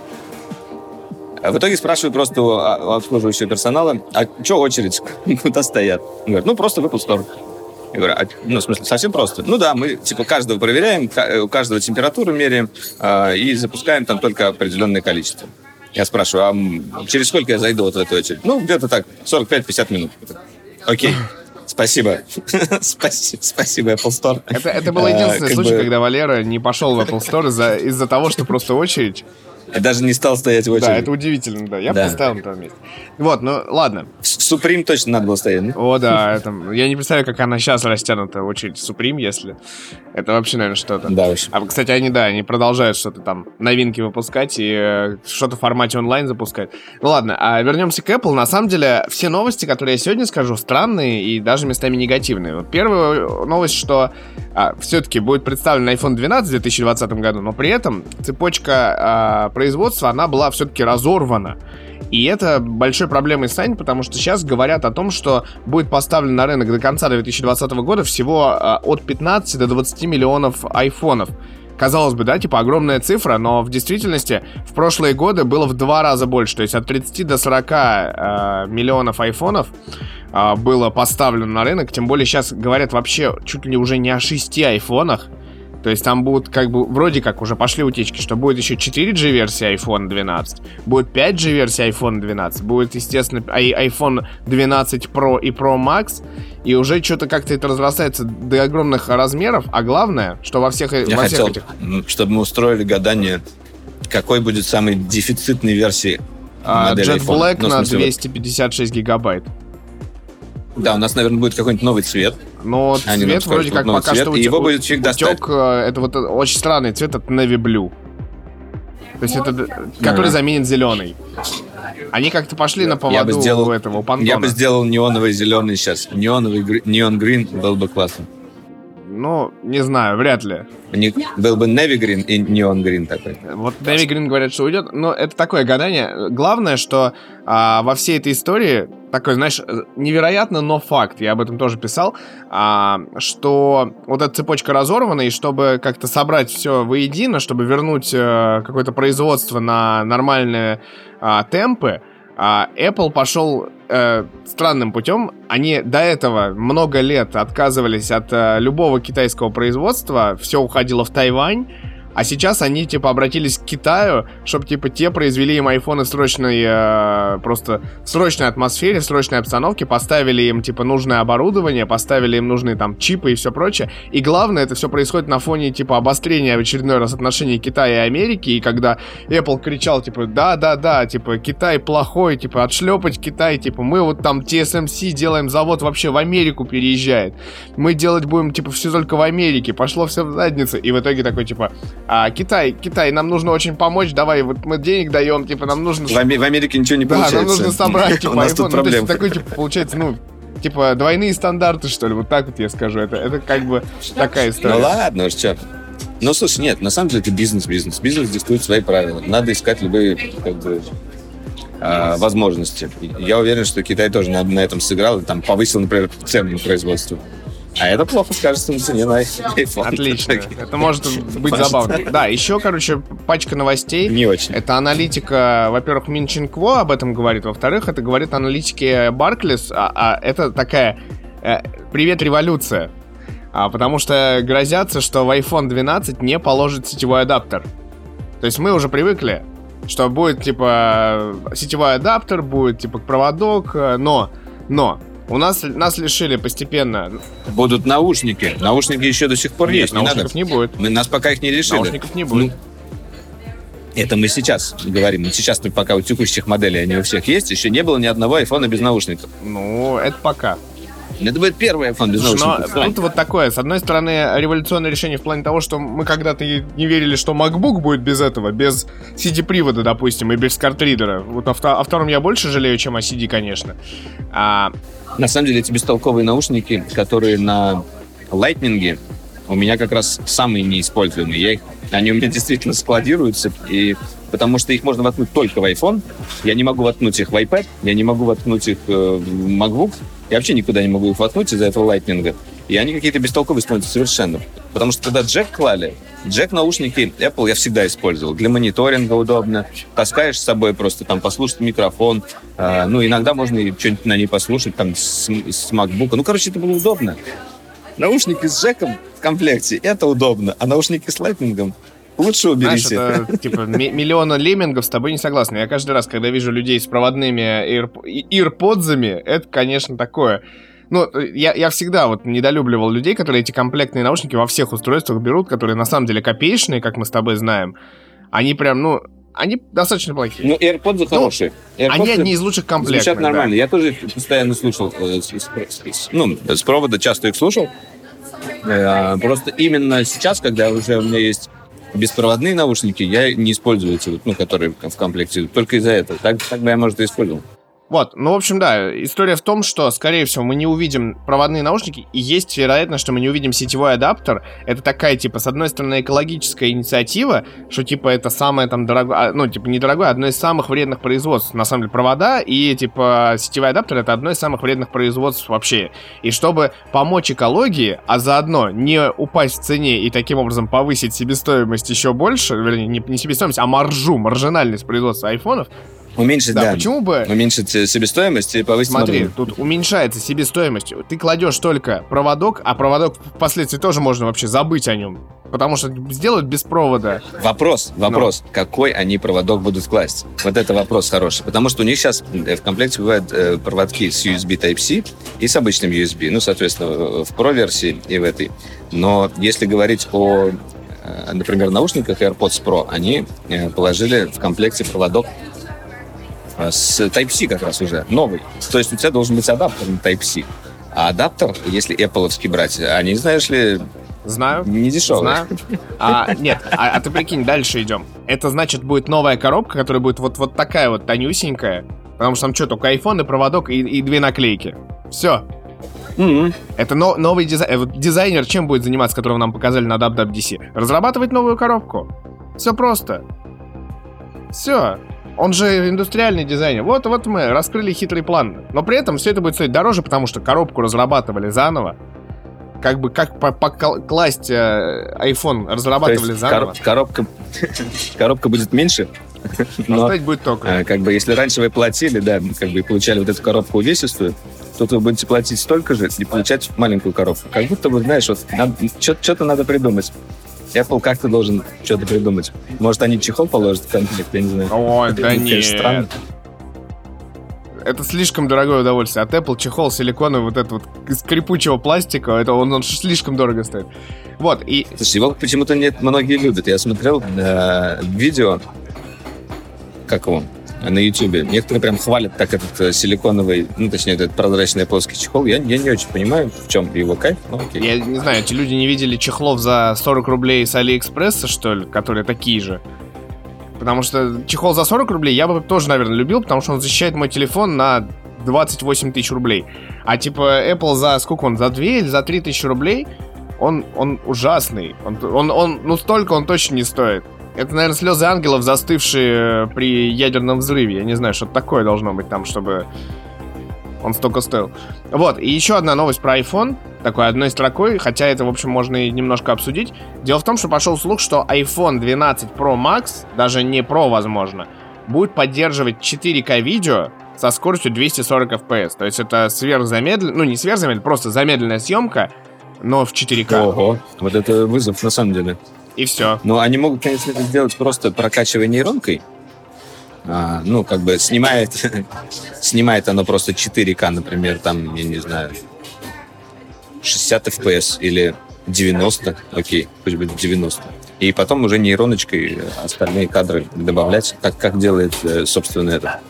В итоге спрашиваю просто у обслуживающего персонала, а что очередь, куда стоят? Он говорит, ну, просто в Apple Store. Я говорю, а, ну, в смысле, совсем просто? Ну да, мы, типа, каждого проверяем, у каждого температуру меряем э, и запускаем там только определенное количество. Я спрашиваю, а через сколько я зайду вот в эту очередь? Ну, где-то так, сорок пять - пятьдесят минут. Окей. Спасибо. Спасибо, спасибо, Apple Store. Это, это был единственный а, случай, бы... когда Валера не пошел в Apple Store из-за, из-за того, что просто очередь. Я даже не стал стоять в очереди. Да, это удивительно, да. Я бы да. поставил на том месте. Вот, ну ладно. В Supreme точно надо было стоять, да? О, да. Это, я не представляю, как она сейчас растянута, очередь Supreme, если... Это вообще, наверное, что-то. Да, уж. А, кстати, они, да, они продолжают что-то там, новинки выпускать и э, что-то в формате онлайн запускать. Ну ладно, а вернемся к Apple. На самом деле, все новости, которые я сегодня скажу, странные и даже местами негативные. Вот первая новость, что а, все-таки будет представлен айфон двенадцать в две тысячи двадцатом году, но при этом цепочка а, производства, она была все-таки разорвана. И это большой проблемой станет, потому что сейчас говорят о том, что будет поставлен на рынок до конца две тысячи двадцатого года всего а, от пятнадцати до двадцати миллионов айфонов. Казалось бы, да, типа огромная цифра, но в действительности в прошлые годы было в два раза больше. То есть от тридцати до сорока э, миллионов айфонов э, было поставлено на рынок. Тем более сейчас говорят вообще чуть ли уже не о шести айфонах. То есть там будут как бы, вроде как уже пошли утечки, что будет еще четыре джи версии айфон двенадцать, будет пять джи версии айфон двенадцать, будет, естественно, айфон двенадцать Pro и Pro Max, и уже что-то как-то это разрастается до огромных размеров, а главное, что во всех, Я во хотел, всех этих... чтобы мы устроили гадание, какой будет самой дефицитной версии а, модели Jet iPhone. Black ну, на смысле, двести пятьдесят шесть гигабайт. Да, у нас, наверное, будет какой-нибудь новый цвет. Но Они цвет вроде как пока цвет, что и его будет всегда утек, это вот очень странный цвет, это Navy Blue. То есть это, который А-а-а. заменит зеленый. Они как-то пошли на поводу я бы сделал, этого, у Pantone. Я бы сделал неоновый зеленый сейчас. Неоновый, неон грин был бы классно. Ну, не знаю, вряд ли. Не, был бы Navy Green и Neon Green такой. Вот Navy Green говорят, что уйдет. Но это такое гадание. Главное, что а, во всей этой истории такой, знаешь, невероятно, но факт. Я об этом тоже писал. А, что вот эта цепочка разорвана, и чтобы как-то собрать все воедино, чтобы вернуть а, какое-то производство на нормальные а, темпы, а, Apple пошел э, странным путем. Они до этого много лет отказывались от э, любого китайского производства, все уходило в Тайвань. А сейчас они, типа, обратились к Китаю, чтобы, типа, те произвели им айфоны в срочной, э, просто в срочной атмосфере, в срочной обстановке, поставили им, типа, нужное оборудование, поставили им нужные, там, чипы и все прочее. И главное, это все происходит на фоне, типа, обострения в очередной раз отношений Китая и Америки. И когда Apple кричал, типа, да-да-да, типа, Китай плохой, типа, отшлепать Китай, типа, мы вот там ти эс эм си делаем завод, вообще в Америку переезжает. Мы делать будем, типа, все только в Америке, пошло все в задницу. И в итоге такой, типа... А, Китай, Китай, нам нужно очень помочь, давай, вот мы денег даем, типа, нам нужно... В, Ами- в Америке ничего не получается. Да, нам нужно собрать, типа, у нас iPhone. тут Ну, то есть, проблемы. такой, типа, получается, ну, типа, двойные стандарты, что ли, вот так вот я скажу. Это, это как бы такая история. Ну ладно уж, что. Ну, слушай, нет, на самом деле это бизнес-бизнес. Бизнес диктует свои правила. Надо искать любые, как бы, э, возможности. Я уверен, что Китай тоже на, на этом сыграл и там повысил, например, цену на производство. А это плохо скажется на цене на iPhone. Отлично. Это может быть забавно. Да, еще, короче, пачка новостей. Не очень. Это аналитика, во-первых, Минчинкво об этом говорит, во-вторых, это говорит аналитики Barclays, а, а это такая э, привет, революция. А, потому что грозятся, что в айфон двенадцать не положит сетевой адаптер. То есть мы уже привыкли, что будет, типа, сетевой адаптер, будет, типа, проводок, но, но, у нас, нас лишили постепенно... Будут наушники. Наушники еще до сих пор Нет, есть, не наушников надо. не будет. Мы, нас пока их не лишили. Наушников не будет. Ну, это мы сейчас говорим. Сейчас, пока у текущих моделей они у всех есть, еще не было ни одного айфона без наушников. Ну, это пока. Это будет первый iPhone без наушников. Но тут вот такое, с одной стороны, революционное решение в плане того, что мы когда-то не верили, что MacBook будет без этого, без си ди-привода, допустим, и без картридера. Вот о, о втором я больше жалею, чем о си ди, конечно. А... На самом деле, эти бестолковые наушники, которые на Lightning, у меня как раз самые неиспользуемые. Я их, они у меня действительно складируются, и потому что их можно воткнуть только в iPhone. Я не могу воткнуть их в iPad, я не могу воткнуть их в MacBook. Я вообще никуда не могу их воткнуть из-за этого Lightning. И они какие-то бестолковые становятся совершенно. Потому что когда джек клали, джек-наушники Apple я всегда использовал. Для мониторинга удобно. Таскаешь с собой просто там послушать микрофон. А, ну, иногда можно и что-нибудь на ней послушать там с, с MacBook. Ну, короче, это было удобно. Наушники с джеком в комплекте — это удобно. А наушники с Lightning лучше уберите. Знаешь, это, типа, ми- миллиона леммингов с тобой не согласны. Я каждый раз, когда вижу людей с проводными AirPods'ами, это, конечно, такое. Ну, я, я всегда вот недолюбливал людей, которые эти комплектные наушники во всех устройствах берут, которые на самом деле копеечные, как мы с тобой знаем. Они прям, ну, они достаточно плохие. Ну, AirPods хорошие. AirPods они одни из лучших комплектных. Звучат нормально. Да. Я тоже их постоянно слушал. Э, с, с, с, ну, с провода часто их слушал. Э, просто именно сейчас, когда уже у меня есть беспроводные наушники, я не использую эти, ну, которые в комплекте, только из-за этого. Так, так бы я, может, и использовал. Вот, ну, в общем, да, история в том, что, скорее всего, мы не увидим проводные наушники, и есть вероятность, что мы не увидим сетевой адаптер. Это такая, типа, с одной стороны, экологическая инициатива, что, типа, это самое, там, дорогое, ну, типа, недорогое, одно из самых вредных производств, на самом деле, провода, и, типа, сетевой адаптер — это одно из самых вредных производств вообще. И чтобы помочь экологии, а заодно не упасть в цене и таким образом повысить себестоимость еще больше, вернее, не, не себестоимость, а маржу, маржинальность производства айфонов, Уменьшить, да, да. почему бы... Уменьшить себестоимость и повысить Смотри, маржу. тут уменьшается себестоимость. Ты кладешь только проводок, а проводок впоследствии тоже можно вообще забыть о нем. Потому что сделают без провода. Вопрос, вопрос, Но. какой они проводок будут класть? Вот это вопрос хороший. Потому что у них сейчас в комплекте бывают э, проводки с ю эс би Type-C и с обычным ю эс би. Ну, соответственно, в Pro-версии и в этой. Но если говорить о, э, например, наушниках AirPods Pro, они э, положили в комплекте проводок с Type-C как раз уже, новый. То есть у тебя должен быть адаптер на Type-C. А адаптер, если Apple-овский брать, они, знаешь ли, Знаю. не дешевые. Знаю. А, нет, а, а ты прикинь, дальше идем. Это значит, будет новая коробка, которая будет вот, вот такая вот тонюсенькая. Потому что там что, только iPhone и проводок и, и две наклейки. Все. Mm-hmm. Это но, новый дизайн. Вот дизайнер чем будет заниматься, которого нам показали на даб даб ди си? Разрабатывать новую коробку. Все просто. Все. Он же индустриальный дизайнер. Вот, вот мы раскрыли хитрый план. Но при этом все это будет стоить дороже, потому что коробку разрабатывали заново. Как бы как класть э, iPhone разрабатывали заново. Кор- коробка, коробка будет меньше. Но стоить будет только. Как бы если раньше вы платили, да, как бы и получали вот эту коробку увесистую, то вы будете платить столько же и получать маленькую коробку. Как будто бы, знаешь, вот надо, что-то надо придумать. Apple как-то должен что-то придумать. Может, они чехол положат в комплект, я не знаю. Ой, да нет. Странно. Это слишком дорогое удовольствие. От Apple чехол силиконовый, вот этот вот из скрипучего пластика, это он, он слишком дорого стоит. Вот, и... Слушай, его почему-то нет, многие любят. Я смотрел э, видео, как его, на Ютубе. Некоторые прям хвалят так этот силиконовый, ну, точнее, этот прозрачный плоский чехол. Я, я не очень понимаю, в чем его кайф, но окей. Я не знаю, эти люди не видели чехлов за сорок рублей с Алиэкспресса, что ли, которые такие же. Потому что чехол за сорок рублей я бы тоже, наверное, любил, потому что он защищает мой телефон на двадцать восемь тысяч рублей. А типа Apple за сколько он, за две или за три тысячи рублей, он, он ужасный. Он, он, он, ну, столько он точно не стоит. Это, наверное, слезы ангелов, застывшие при ядерном взрыве. Я не знаю, что-то такое должно быть там, чтобы он столько стоил. Вот, и еще одна новость про iPhone, такой одной строкой, хотя это, в общем, можно и немножко обсудить. Дело в том, что пошел слух, что iPhone двенадцать Pro Max, даже не Pro, возможно, будет поддерживать четыре ка видео со скоростью двести сорок эф пи эс. То есть это сверхзамедленно, ну не сверхзамедленно, просто замедленная съемка, но в четыре ка. Ого, вот это вызов на самом деле. И все. Ну, они могут, конечно, это сделать просто прокачивая нейронкой. А, ну, как бы снимает, снимает оно просто четыре ка, например, там, я не знаю, шестьдесят эф пи эс или девяносто, окей, пусть будет девяносто. И потом уже нейроночкой остальные кадры добавлять, как, как делает, собственно, это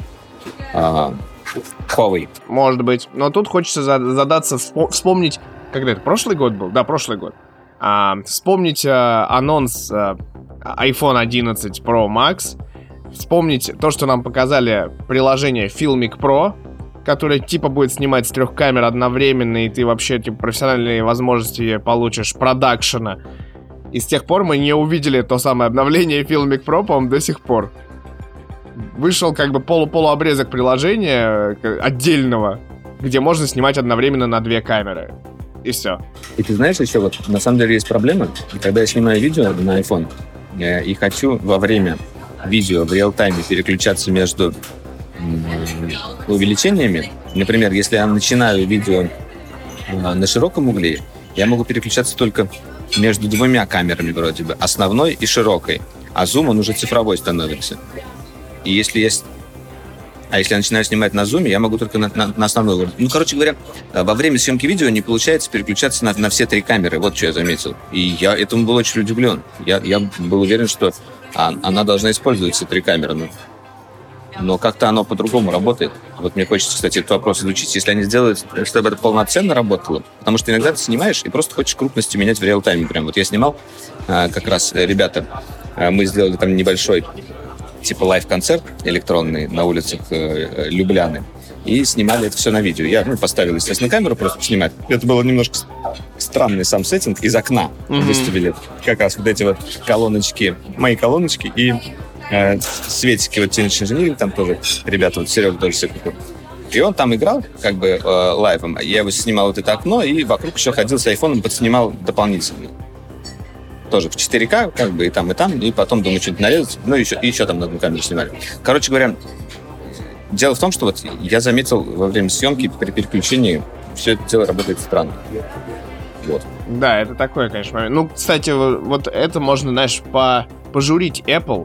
а, Huawei. Может быть. Но тут хочется задаться, вспомнить, когда это, прошлый год был? Да, прошлый год. А, вспомнить а, анонс а, iPhone одиннадцать Pro Max. Вспомнить то, что нам показали приложение Filmic Pro, которое типа будет снимать с трех камер одновременно, и ты вообще типа профессиональные возможности получишь продакшена. И с тех пор мы не увидели то самое обновление Filmic Pro, по-моему, до сих пор. Вышел как бы полу-полуобрезок приложения отдельного, где можно снимать одновременно на две камеры. И все. И ты знаешь, еще вот на самом деле есть проблема. Когда я снимаю видео на iPhone э, и хочу во время видео в реал-тайме переключаться между м- увеличениями. Например, если я начинаю видео э, на широком угле, я могу переключаться только между двумя камерами вроде бы, основной и широкой. А зум, он уже цифровой становится. И если есть... А если я начинаю снимать на зуме, я могу только на, на, на основной уровень. Ну, короче говоря, во время съемки видео не получается переключаться на, на все три камеры. Вот что я заметил. И я этому был очень удивлен. Я, я был уверен, что а, она должна использовать все три камеры. Но, но как-то оно по-другому работает. Вот мне хочется, кстати, этот вопрос изучить. Если они сделают, чтобы это полноценно работало. Потому что иногда ты снимаешь и просто хочешь крупности менять в реал-тайме. Прям вот я снимал а, как раз ребята, а, мы сделали там небольшой типа лайв-концерт электронный на улицах э, Любляны. И снимали это все на видео. Я ну, поставил, естественно, камеру просто снимать. Это было немножко странный сам сеттинг. Из окна mm-hmm. выставили как раз вот эти вот колоночки, мои колоночки и э, светики, вот Teenage Engineering, там тоже ребята, вот Серега тоже все купил. И он там играл как бы э, лайвом. Я его снимал вот это окно и вокруг еще ходил с айфоном, подснимал дополнительно. Тоже в четыре ка, как бы и там, и там, и потом, думаю, что-нибудь нарезать. Ну, и еще, и еще там на одну камеру снимали. Короче говоря, дело в том, что вот я заметил во время съемки при переключении все это дело работает странно. Вот. Да, это такое, конечно, момент. Ну, кстати, вот это можно, знаешь, по пожурить Apple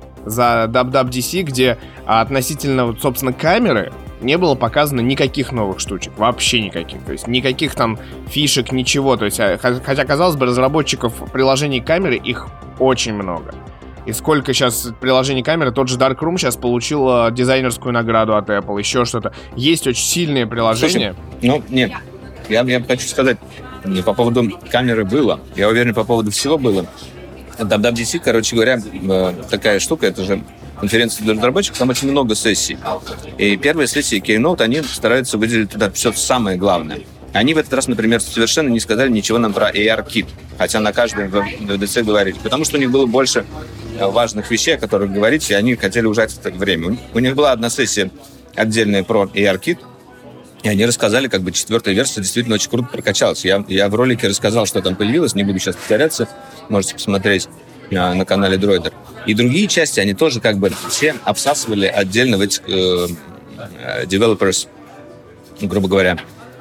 за дабл ю дабл ю ди си, где относительно, вот, собственно, камеры не было показано никаких новых штучек, вообще никаких, то есть никаких там фишек, ничего, то есть, хотя, казалось бы, разработчиков приложений камеры их очень много. И сколько сейчас приложений камеры, тот же Darkroom сейчас получил э, дизайнерскую награду от Apple, еще что-то. Есть очень сильные приложения. Слушай, ну, нет, я, я хочу сказать, по поводу камеры было, я уверен, по поводу всего было. дабл ю дабл ю ди си, короче говоря, такая штука, это же конференция для разработчиков, там очень много сессий. И первые сессии Keynote, они стараются выделить туда все самое главное. Они в этот раз, например, совершенно не сказали ничего нам про эй ар-кит, хотя на каждом дабл ю ди си говорили, потому что у них было больше важных вещей, о которых говорить, и они хотели ужать это время. У них была одна сессия отдельная про эй ар-кит, и они рассказали, как бы четвертая версия действительно очень круто прокачалась. Я, я в ролике рассказал, что там появилось, не буду сейчас повторяться, можете посмотреть на, на канале Droider. И другие части, они тоже как бы все обсасывали отдельно в этих э, developers, грубо говоря,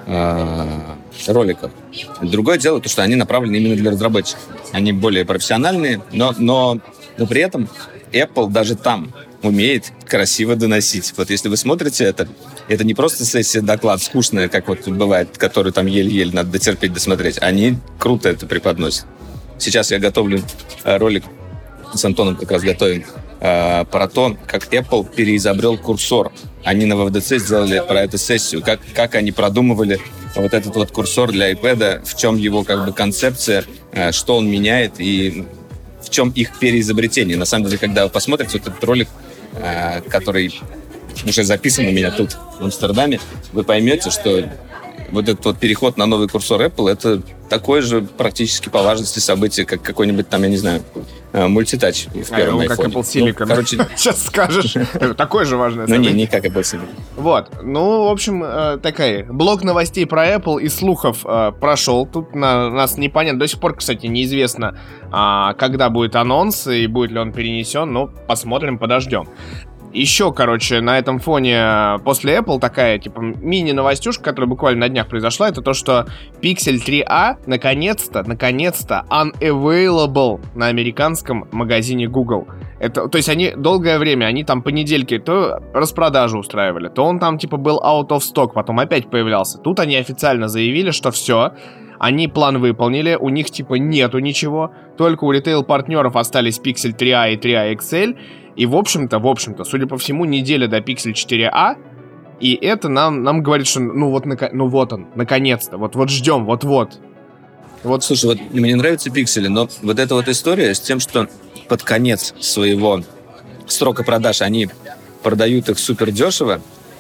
э, роликах. Другое дело, то, что они направлены именно для разработчиков. Они более профессиональные, но, но, но при этом Apple даже там умеет красиво доносить. Вот если вы смотрите это, это не просто сессия доклад скучная, как вот бывает, которую там еле-еле надо дотерпеть, досмотреть. Они круто это преподносят. Сейчас я готовлю э, ролик с Антоном, как раз готовим, э, про то, как Apple переизобрел курсор. Они на дабл ю дабл ю ди си сделали про эту сессию, как, как они продумывали вот этот вот курсор для iPad, в чем его как бы концепция, э, что он меняет и в чем их переизобретение. На самом деле, когда вы посмотрите вот этот ролик, э, который уже записан у меня тут, в Амстердаме, вы поймете, что вот этот вот переход на новый курсор Apple, это такое же практически по важности событие, как какой-нибудь там, я не знаю, мультитач в первом а, iPhone. Как Apple Silicon. Ну, короче... Сейчас скажешь. Такое же важное событие. Ну, событие. не, не как Apple Silicon. Вот. Ну, в общем, такая. Блок новостей про Apple и слухов прошел. Тут на, нас непонятно. До сих пор, кстати, неизвестно, когда будет анонс и будет ли он перенесен. Ну, посмотрим, подождем. Еще, короче, на этом фоне после Apple такая, типа, мини-новостюшка, которая буквально на днях произошла, это то, что Pixel три а наконец-то, наконец-то unavailable на американском магазине Google. Это, то есть они долгое время, они там по недельке то распродажу устраивали, то он там, типа, был out of stock, потом опять появлялся. Тут они официально заявили, что все, они план выполнили, у них, типа, нету ничего, только у ритейл-партнеров остались Pixel три а и три а икс эль. И, в общем-то, в общем-то, судя по всему, неделя до Pixel четыре а, и это нам, нам говорит, что ну вот, нако- ну вот он, наконец-то, вот, вот ждем, вот-вот. Вот. Слушай, вот мне нравятся пиксели, но вот эта вот история с тем, что под конец своего срока продаж они продают их супер дешево,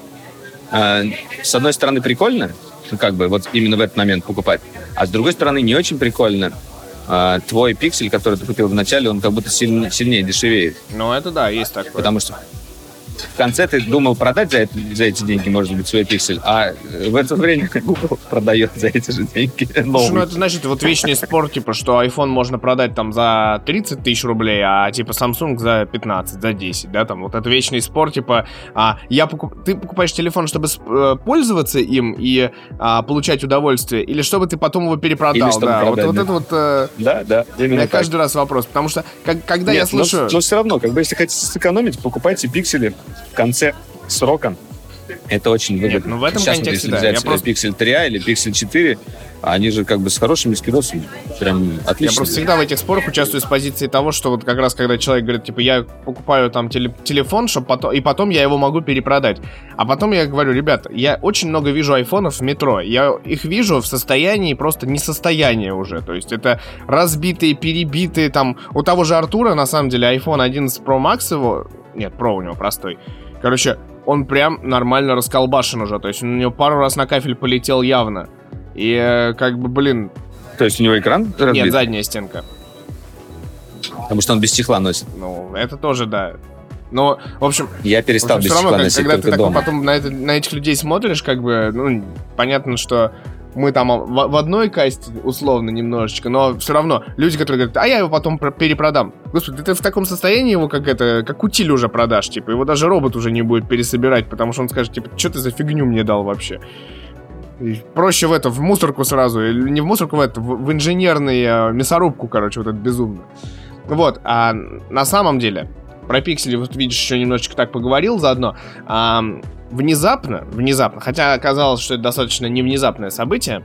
э, с одной стороны, прикольно, ну, как бы, вот именно в этот момент покупать, а с другой стороны, не очень прикольно. Uh, твой пиксель, который ты купил в начале, он как будто сильнее, сильнее дешевеет. Ну, это да, есть такое. Потому что в конце ты думал продать за, это, за эти деньги, может быть, свой пиксель, а в это время Google продает за эти же деньги новый. Ну, это значит, вот вечный спор, типа, что iPhone можно продать там за тридцать тысяч рублей, а типа Samsung за пятнадцать, за десять, да, там, вот это вечный спор, типа, а, я покуп... ты покупаешь телефон, чтобы э, пользоваться им и а, получать удовольствие, или чтобы ты потом его перепродал, или да, продать, вот, да. вот это вот... Э, да, да, именно у меня так. каждый раз вопрос, потому что, как, когда Нет, я слышу... Но, но все равно, как бы, если хотите сэкономить, покупайте пиксели в конце срока. Это очень выгодно. Нет, ну в этом сейчас, контексте, вот, да. если Я взять просто... Pixel три а или Pixel четыре, они же как бы с хорошими скидосами. Прям отлично. Я просто всегда в этих спорах участвую с позиции того, что вот как раз когда человек говорит, типа, я покупаю там теле- телефон, чтобы потом, и потом я его могу перепродать. А потом я говорю, ребята, я очень много вижу айфонов в метро. Я их вижу в состоянии просто несостояния уже. То есть это разбитые, перебитые там. У того же Артура, на самом деле, айфон одиннадцать Pro Max его... Нет, Pro у него простой. Короче, он прям нормально расколбашен уже. То есть у него пару раз на кафель полетел явно. И э, как бы, блин... То есть у него экран разбит? Нет, задняя стенка. Потому что он без чехла носит. Ну, это тоже, да. Но, в общем... Я перестал в без общем, все чехла равно, носить когда только ты дома. такой потом на, это, на этих людей смотришь, как бы, ну, понятно, что мы там в, в одной касте, условно, немножечко, но все равно люди, которые говорят, а я его потом перепродам. Господи, ты в таком состоянии его, как это, как утиль уже продашь, типа, его даже робот уже не будет пересобирать, потому что он скажет, типа, что ты за фигню мне дал вообще? И проще в это, в мусорку сразу, или не в мусорку, в это, в, в инженерный э, мясорубку, короче, вот это безумно. Вот, а на самом деле, про пиксели, вот видишь, еще немножечко так поговорил заодно, а, внезапно, внезапно, хотя оказалось, что это достаточно не внезапное событие,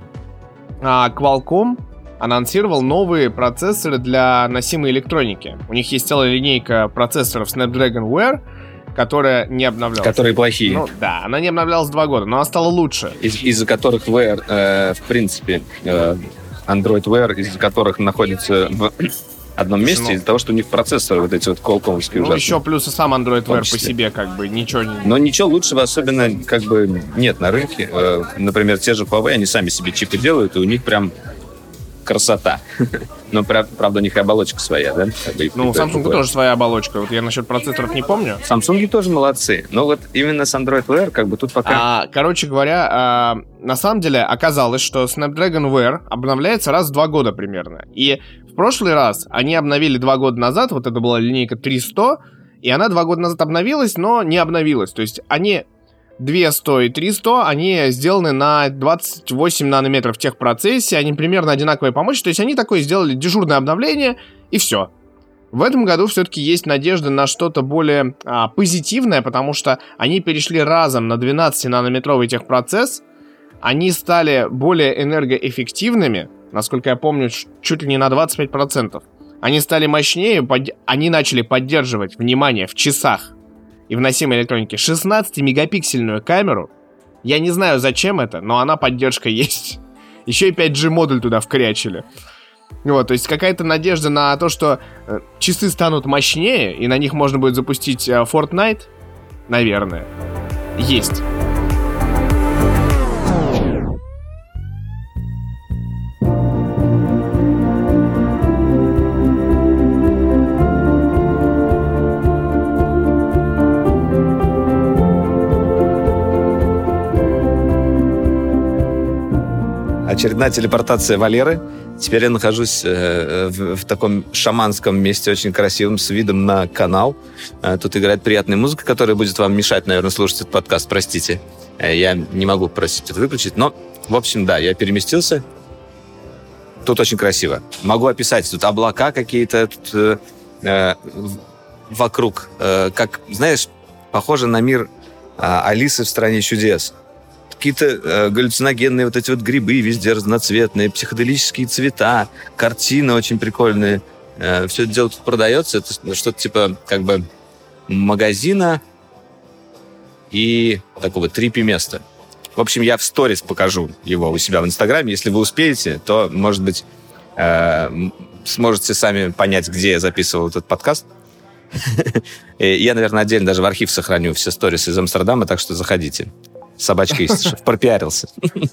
а, Qualcomm анонсировал новые процессоры для носимой электроники. У них есть целая линейка процессоров Snapdragon Wear, которая не обновлялась. Которые плохие. Ну да, она не обновлялась два года, но она стала лучше. Из- из-за которых Wear, э, в принципе, э, Android Wear, из-за которых находится в одном месте, Ну, из-за того, что у них процессоры вот эти вот Qualcomm-овские Ну, ужасные. еще плюс и сам Android Wear по числе. себе, как бы, ничего не... Но ничего лучшего особенно как бы нет на рынке. Э, Например, те же Huawei, они сами себе чипы делают, и у них прям красота. Но, пра- правда, у них и оболочка своя, да? Как бы, Ну, у и то, и Samsung другое. тоже своя оболочка. Вот я насчет процессоров не помню. Samsung тоже молодцы. Но вот именно с Android Wear как бы тут пока... А, короче говоря, а, на самом деле оказалось, что Snapdragon Wear обновляется раз в два года примерно. И в прошлый раз они обновили два года назад, вот это была линейка триста, и она два года назад обновилась, но не обновилась. То есть они двести и триста, они сделаны на двадцать восемь нанометров техпроцессе, они примерно одинаковые по мощности, то есть они такое сделали дежурное обновление, и все. В этом году все-таки есть надежда на что-то более а, позитивное, потому что они перешли разом на двенадцати-нанометровый техпроцесс, они стали более энергоэффективными, насколько я помню, чуть ли не на двадцать пять процентов. Они стали мощнее, под... они начали поддерживать, внимание, в часах и в носимой электронике шестнадцатимегапиксельную камеру. Я не знаю, зачем это, но она поддержка есть. Еще и пять джи модуль туда вкрячили. Вот, то есть какая-то надежда на то, что э, часы станут мощнее, и на них можно будет запустить э, Fortnite, наверное, есть. очередная телепортация Валеры. Теперь я нахожусь э, в, в таком шаманском месте, очень красивом, с видом на канал. Э, тут играет приятная музыка, которая будет вам мешать, наверное, слушать этот подкаст. Простите. Э, я не могу просить это выключить. Но, в общем, да, я переместился. Тут очень красиво. Могу описать. Тут облака какие-то тут, э, э, вокруг. Э, как, знаешь, похоже на мир э, Алисы в «Стране чудес». Какие-то э, галлюциногенные вот эти вот грибы везде разноцветные, психоделические цвета, картины очень прикольные. Э, все это дело тут продается. Это что-то типа как бы магазина и такого трипи-места. В общем, я в сторис покажу его у себя в Инстаграме. Если вы успеете, то, может быть, э, сможете сами понять, где я записывал этот подкаст. Я, наверное, отдельно даже в архив сохраню все сторисы из Амстердама, так что заходите. Собачка Истишев. Пропиарился.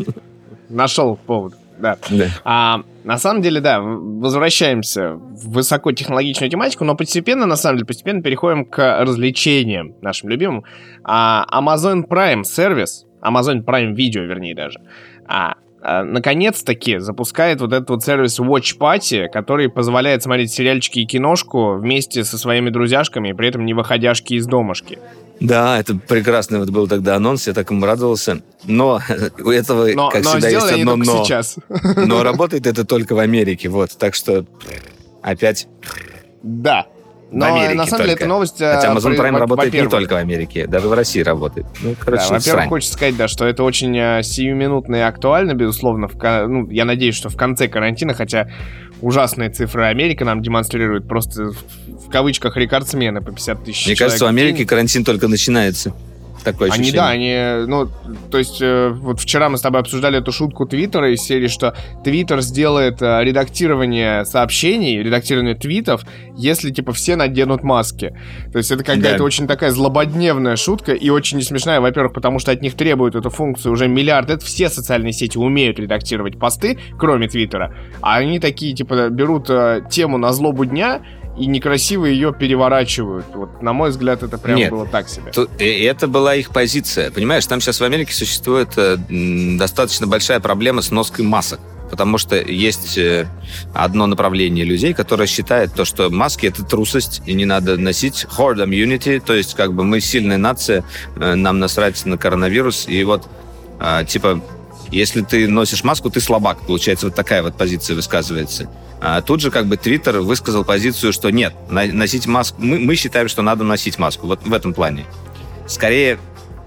Нашел повод, да. да. А, на самом деле, да, возвращаемся в высокотехнологичную тематику, но постепенно, на самом деле, постепенно переходим к развлечениям нашим любимым. А, Amazon Prime сервис, Amazon Prime Video, вернее, даже, а, а, наконец-таки запускает вот этот вот сервис Watch Party, который позволяет смотреть сериальчики и киношку вместе со своими друзьяшками, при этом не выходяшки из домашки. Да, это прекрасный вот был тогда анонс, я так ему радовался. Но у этого, но, как но всегда, есть одно но. Сейчас. Но работает это только в Америке, вот. Так что опять... Да. Но в Америке на самом деле только. эта новость... Хотя Amazon Prime во- работает во-первых, не только в Америке, даже в России работает. Ну, короче, да, во-первых, срань. хочется сказать, да, что это очень э, сиюминутно и актуально, безусловно. В, ко- ну, я надеюсь, что в конце карантина, хотя ужасные цифры Америка нам демонстрирует, просто в, в кавычках рекордсмены по пятьдесят тысяч Мне человек кажется, в в день. Америке карантин только начинается. Такое Они, ощущение. да, они, ну, то есть, э, вот вчера мы с тобой обсуждали эту шутку Твиттера из серии, что Твиттер сделает э, редактирование сообщений, редактирование твитов, если, типа, все наденут маски. То есть это какая-то Да. очень такая злободневная шутка и очень не смешная, во-первых, потому что от них требуют эту функцию уже миллиард. Это все социальные сети умеют редактировать посты, кроме Твиттера, а они такие, типа, берут э, тему на злобу дня и некрасиво ее переворачивают. Вот, на мой взгляд, это прям Нет. было так себе. Тут- и это была их позиция. Понимаешь, там сейчас в Америке существует э, м, достаточно большая проблема с ноской масок. Потому что есть э, одно направление людей, которое считает то, что маски — это трусость, и не надо носить herd immunity, то есть как бы мы сильная нация, э, нам насрать на коронавирус, и вот э, типа если ты носишь маску, ты слабак. Получается, вот такая вот позиция высказывается. А тут же как бы Твиттер высказал позицию, что нет, на- носить маску... Мы, мы считаем, что надо носить маску. Вот в этом плане. Скорее,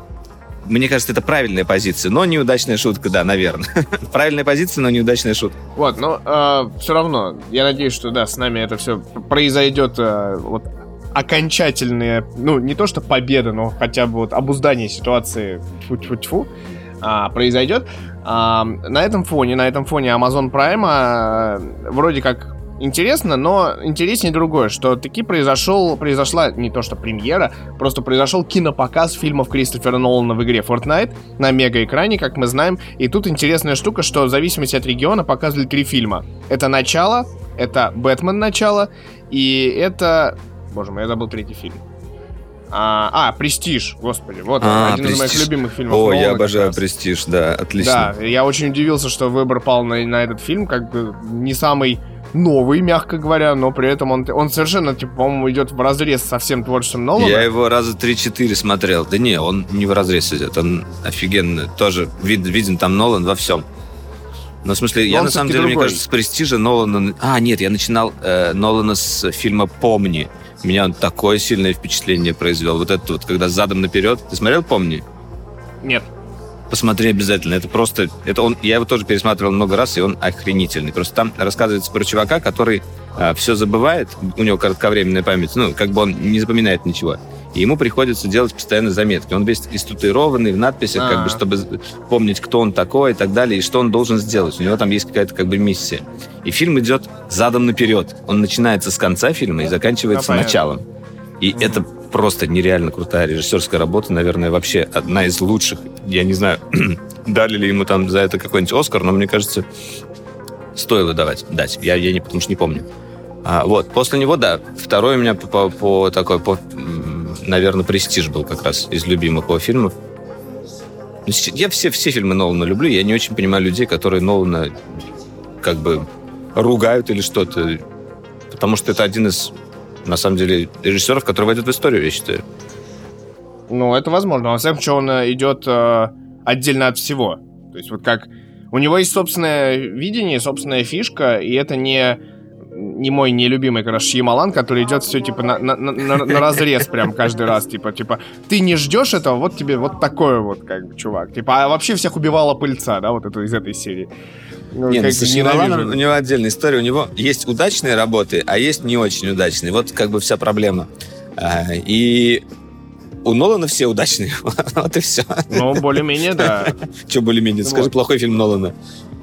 мне кажется, это правильная позиция, но неудачная шутка, да, наверное. Правильная позиция, но неудачная шутка. Вот, но э, все равно, я надеюсь, что да, с нами это все произойдет э, вот окончательная, ну, не то что победа, но хотя бы вот обуздание ситуации тьфу-тьфу-тьфу, а, произойдет. А, на этом фоне, на этом фоне Amazon Prime а, вроде как интересно, но интереснее другое, что таки произошел, произошла не то что премьера, просто произошел кинопоказ фильмов Кристофера Нолана в игре Fortnite на мегаэкране, как мы знаем. И тут интересная штука, что в зависимости от региона показывали три фильма. Это «Начало», это «Бэтмен. Начало» и это... Боже мой, я забыл третий фильм. А, а, «Престиж», господи, вот А, один из моих «Престиж». любимых фильмов О, Нолана я как обожаю раз. «Престиж», да, отлично. Да, я очень удивился, что выбор пал на, на этот фильм, как бы не самый новый, мягко говоря, но при этом он, он совершенно, типа, по-моему, идет вразрез со всем творчеством Нолана. Я его раза три-четыре смотрел. Да не, он не в разрез идет, он офигенно. Тоже вид, виден там Нолан во всем. Но в смысле, Но я он на самом всё-таки деле, мне другой. кажется, с «Престижа» Нолана... А, нет, я начинал э, Нолана с фильма «Помни». Меня он такое сильное впечатление произвел. Вот это вот, когда задом наперед. Ты смотрел «Помни»? Нет. Посмотри обязательно. Это просто... Это он, я его тоже пересматривал много раз, и он охренительный. Просто там рассказывается про чувака, который э, все забывает. У него кратковременная память. Ну, как бы он не запоминает ничего. И ему приходится делать постоянно заметки. Он весь истатуированный в надписях, как бы, чтобы помнить, кто он такой и так далее, и что он должен сделать. У него там есть какая-то как бы миссия. И фильм идет задом наперед. Он начинается с конца фильма и заканчивается Ну, началом. И mm-hmm. это просто нереально крутая режиссерская работа. Наверное, вообще одна из лучших. Я не знаю, дали ли ему там за это какой-нибудь Оскар, но мне кажется, стоило давать, дать. Я, я не, потому что не помню. А, вот, после него, да, второй у меня по, по, по такой, по, наверное, «Престиж» был как раз из любимых его фильмов. Я все, все фильмы Нолана люблю, я не очень понимаю людей, которые Нолана как бы ругают или что-то. Потому что это один из, на самом деле, режиссеров, который войдет в историю, я считаю. Ну, это возможно. Во всяком случае, он идет э, отдельно от всего. То есть вот как... У него есть собственное видение, собственная фишка, и это не, не мой нелюбимый, как раз, Шьямалан, который идет все, типа, на, на, на, на разрез прям каждый раз. Типа, типа, ты не ждешь этого, вот тебе вот такое вот, как бы, чувак. Типа, а вообще всех убивала пыльца, да, вот это из этой серии. Ну, Нет, ну, с Шьямаланом у него отдельная история. У него есть удачные работы, а есть не очень удачные. Вот как бы вся проблема. И... У Нолана все удачные. Вот и все. Ну, более-менее, да. Че более-менее? Скажи, вот. Плохой фильм Нолана.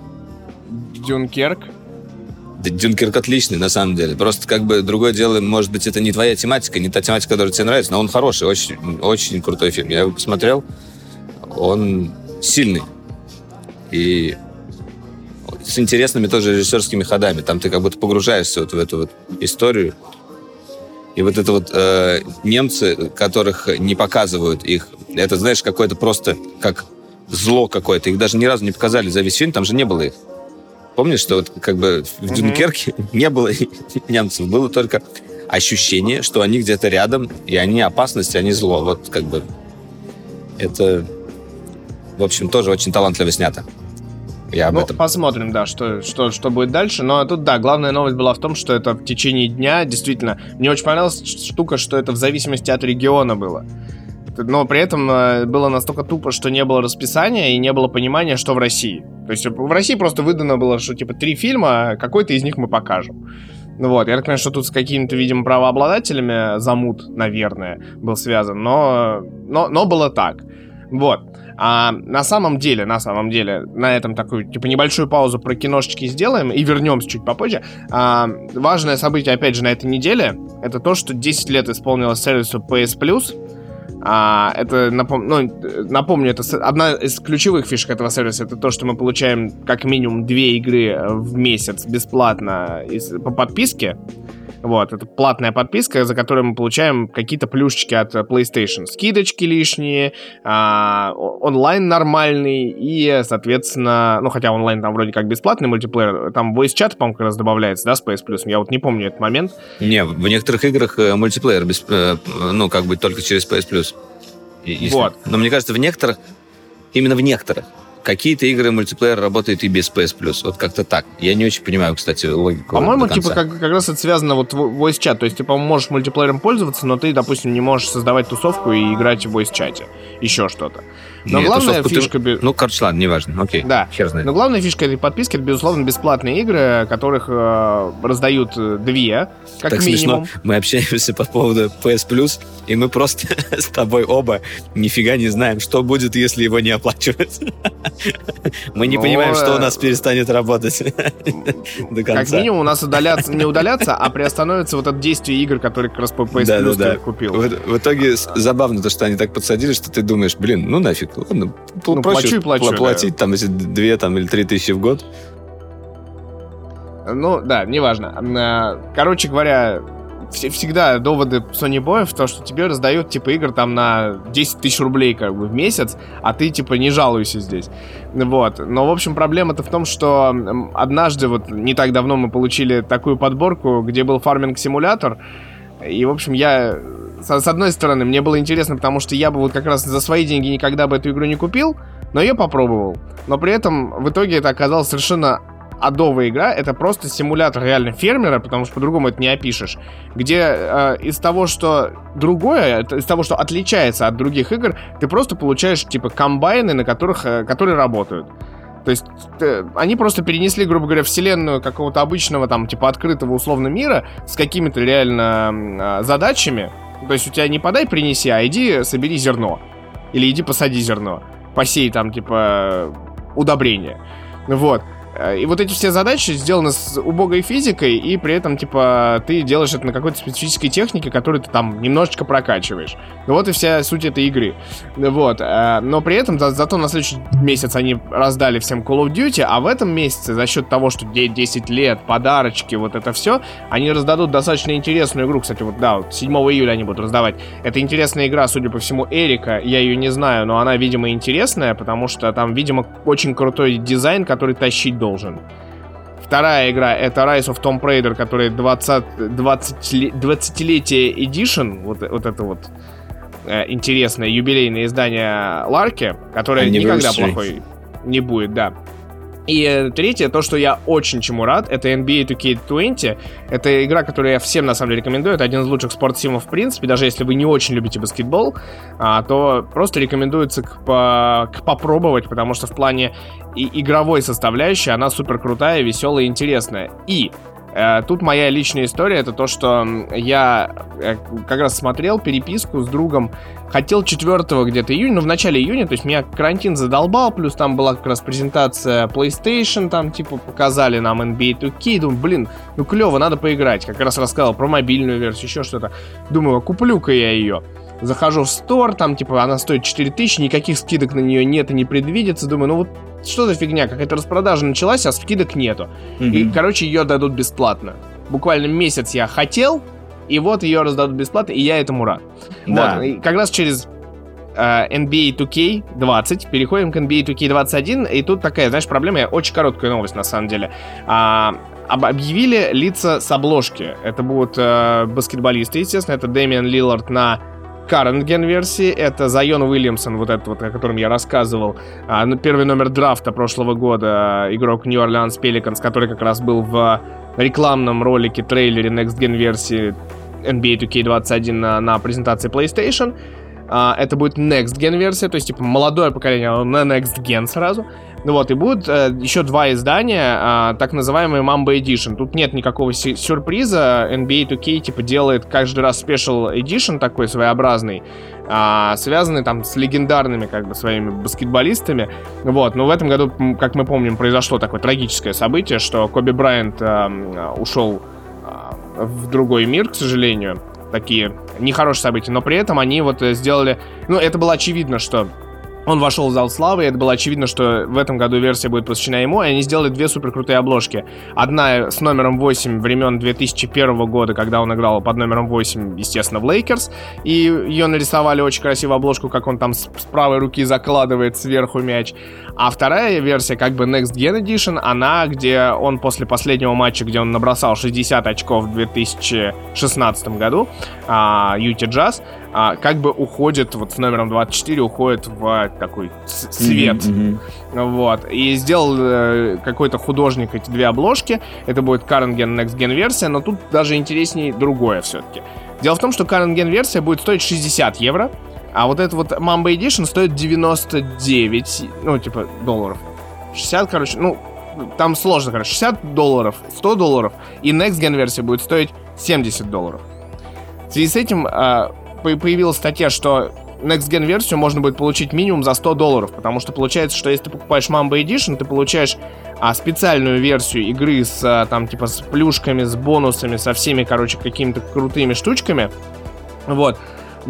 Дюнкерк? Да, Дюнкерк отличный, на самом деле. Просто как бы другое дело, может быть, это не твоя тематика, не та тематика, которая тебе нравится, но он хороший, очень, очень крутой фильм. Я его посмотрел. Он сильный. И с интересными тоже режиссерскими ходами. Там ты как будто погружаешься вот в эту вот историю. И вот это вот э, немцы, которых не показывают их, это, знаешь, какое-то просто как зло какое-то. Их даже ни разу не показали за весь фильм, там же не было их. Помнишь, что вот как бы в mm-hmm. Дюнкерке не было немцев, было только ощущение, что они где-то рядом, и они опасность, и они зло. Вот как бы это, в общем, тоже очень талантливо снято. Я об ну, этом. Посмотрим, да, что, что, что будет дальше. Но тут, да, главная новость была в том, что это в течение дня, действительно, мне очень понравилась штука, что это в зависимости от региона было. Но при этом было настолько тупо, что не было расписания и не было понимания, что в России. То есть в России просто выдано было, что типа три фильма, какой-то из них мы покажем. Ну вот, я так понимаю, что тут с какими-то, видимо, правообладателями замут, наверное, был связан, но, но, но было так. Вот. А на самом деле, на самом деле, на этом такую, типа, небольшую паузу про киношечки сделаем и вернемся чуть попозже. А, важное событие, опять же, на этой неделе, это то, что десять лет исполнилось сервису пи эс Plus. А, это, напом... ну, напомню, это одна из ключевых фишек этого сервиса, это то, что мы получаем как минимум две игры в месяц бесплатно из... по подписке. Вот, это платная подписка, за которую мы получаем какие-то плюшечки от PlayStation. Скидочки лишние, а, онлайн нормальный и, соответственно, ну, хотя онлайн там вроде как бесплатный мультиплеер, там voice-чат, по-моему, как раз добавляется, да, с пи эс Plus. Я вот не помню этот момент. Не, в некоторых играх мультиплеер, без, ну, как бы только через пи эс Plus. Если... Вот. Но мне кажется, в некоторых, именно в некоторых, какие-то игры мультиплеер работают и без пи эс Plus. Вот как-то так. Я не очень понимаю, кстати, логику. По-моему, типа, как, как раз это связано вот в voice-чат. То есть ты, по-моему, можешь мультиплеером пользоваться, но ты, допустим, не можешь создавать тусовку и играть в voice-чате. Еще что-то. Но Нет, главная фишка... Ты... Ну, короче, ладно, неважно. Окей, да. Хер знает. Но главная фишка этой подписки — это, безусловно, бесплатные игры, которых э, раздают две, как так минимум. Смешно. Мы общаемся по поводу пи эс Plus, и мы просто с тобой оба нифига не знаем, что будет, если его не оплачивать. Мы не Но... понимаем, что у нас перестанет работать до конца. Как минимум у нас удаляться, не удаляться, а приостановится вот это действие игр, которые как раз по пи эс Plus да, да, да. купил. В, в итоге забавно то, что они так подсадили, что ты думаешь, блин, ну нафиг, ладно, ну, плачу и плачу, платить да. там эти две там, или три тысячи в год. Ну да, неважно. Короче говоря, всегда доводы Sony Boy, то, что тебе раздают типа игр там на десять тысяч рублей как бы в месяц, а ты типа не жалуйся здесь. Вот. Но, в общем, проблема-то в том, что однажды, вот не так давно мы получили такую подборку, где был фарминг-симулятор, и, в общем, я... С одной стороны, мне было интересно, потому что я бы вот как раз за свои деньги никогда бы эту игру не купил, но я попробовал. Но при этом в итоге это оказалось совершенно адовая игра. Это просто симулятор реально фермера, потому что по-другому это не опишешь. Где э, из того, что другое, из того, что отличается от других игр, ты просто получаешь типа комбайны, на которых, э, которые работают. То есть э, они просто перенесли, грубо говоря, вселенную какого-то обычного там типа открытого условно мира с какими-то реально э, задачами. То есть у тебя не подай, принеси, а иди собери зерно. Или иди посади зерно. Посей там, типа, удобрения. Вот. И вот эти все задачи сделаны с убогой физикой, и при этом, типа, ты делаешь это на какой-то специфической технике, которую ты там немножечко прокачиваешь. Ну вот и вся суть этой игры. Вот. Но при этом за, зато на следующий месяц они раздали всем Call of Duty, а в этом месяце за счет того, что десять лет, подарочки, вот это все, они раздадут достаточно интересную игру. Кстати, вот да, вот седьмого июля они будут раздавать. Это интересная игра, судя по всему, Эрика. Я ее не знаю, но она, видимо, интересная, потому что там, видимо, очень крутой дизайн, который тащить должен. Вторая игра — это Rise of Tomb Raider, который двадцать, двадцать, двадцатилетие Edition, вот, вот это вот э, интересное юбилейное издание Ларки, которое никогда плохой не будет, да. И э, третье, то, что я очень чему рад, это эн би эй ту кей двадцать. Это игра, которую я всем на самом деле рекомендую. Это один из лучших спортсимов в принципе. Даже если вы не очень любите баскетбол, а, то просто рекомендуется к, по, к попробовать, потому что в плане и игровой составляющей она супер крутая, веселая и интересная. И э, тут моя личная история, это то, что я э, как раз смотрел переписку с другом. Хотел четвёртого где-то июня, ну в начале июня, то есть меня карантин задолбал, плюс там была как раз презентация PlayStation, там типа показали нам эн би эй ту кей, думаю, блин, ну клево, надо поиграть. Как раз рассказал про мобильную версию, еще что-то. Думаю, куплю-ка я ее. Захожу в стор, там типа она стоит четыре тысячи, никаких скидок на нее нет и не предвидится. Думаю, ну вот что за фигня, какая-то распродажа началась, а скидок нету. Mm-hmm. И, короче, ее дадут бесплатно. Буквально месяц я хотел, и вот ее раздадут бесплатно, и я этому рад. Да. Вот, и как раз через э, эн би эй ту кей двадцать переходим к эн би эй ту кей двадцать один, и тут такая, знаешь, проблема, очень короткая новость на самом деле. А, об, объявили лица с обложки. Это будут э, баскетболисты, естественно, это Дэмиан Лиллард на current gen версии, это Зайон Уильямсон, вот этот вот, о котором я рассказывал, а, первый номер драфта прошлого года, игрок New Orleans Pelicans, который как раз был в рекламном ролике, трейлере next gen версии эн би эй ту кей двадцать один на, на презентации PlayStation. А, это будет next gen версия, то есть типа молодое поколение, но на next gen сразу. Ну вот, и будут э, еще два издания, э, так называемые Mamba Edition. Тут нет никакого си- сюрприза. эн би эй ту кей типа делает каждый раз Special Edition такой своеобразный, э, связанный там с легендарными как бы своими баскетболистами. Вот, но в этом году, как мы помним, произошло такое трагическое событие, что Коби Брайант э, ушел э, в другой мир, к сожалению. Такие нехорошие события, но при этом они вот сделали... Ну, это было очевидно, что он вошел в зал славы, и это было очевидно, что в этом году версия будет посвящена ему, и они сделали две суперкрутые обложки. Одна с номером восемь времен две тысячи первого года, когда он играл под номером восемь, естественно, в Лейкерс, и ее нарисовали очень красивую обложку, как он там с, с правой руки закладывает сверху мяч. А вторая версия, как бы Next Gen Edition, она, где он после последнего матча, где он набросал шестьдесят очков в две тысячи шестнадцатом году, а, Юти Джаз, а, как бы уходит, вот с номером двадцать четыре уходит в такой свет. Mm-hmm. Вот. И сделал э, какой-то художник эти две обложки. Это будет Current Gen, Next Gen версия, но тут даже интереснее другое все-таки. Дело в том, что Current Gen версия будет стоить шестьдесят евро, а вот эта вот Mamba Edition стоит девяносто девять, ну, типа, долларов. шестьдесят, короче, ну, там сложно, короче, шестьдесят долларов, сто долларов, и Next Gen версия будет стоить семьдесят долларов. В связи с этим э, появилась статья, что Next Gen версию можно будет получить минимум за сто долларов, потому что получается, что если ты покупаешь Mamba Edition, ты получаешь а, специальную версию игры с, а, там, типа, с плюшками, с бонусами, со всеми, короче, какими-то крутыми штучками, вот.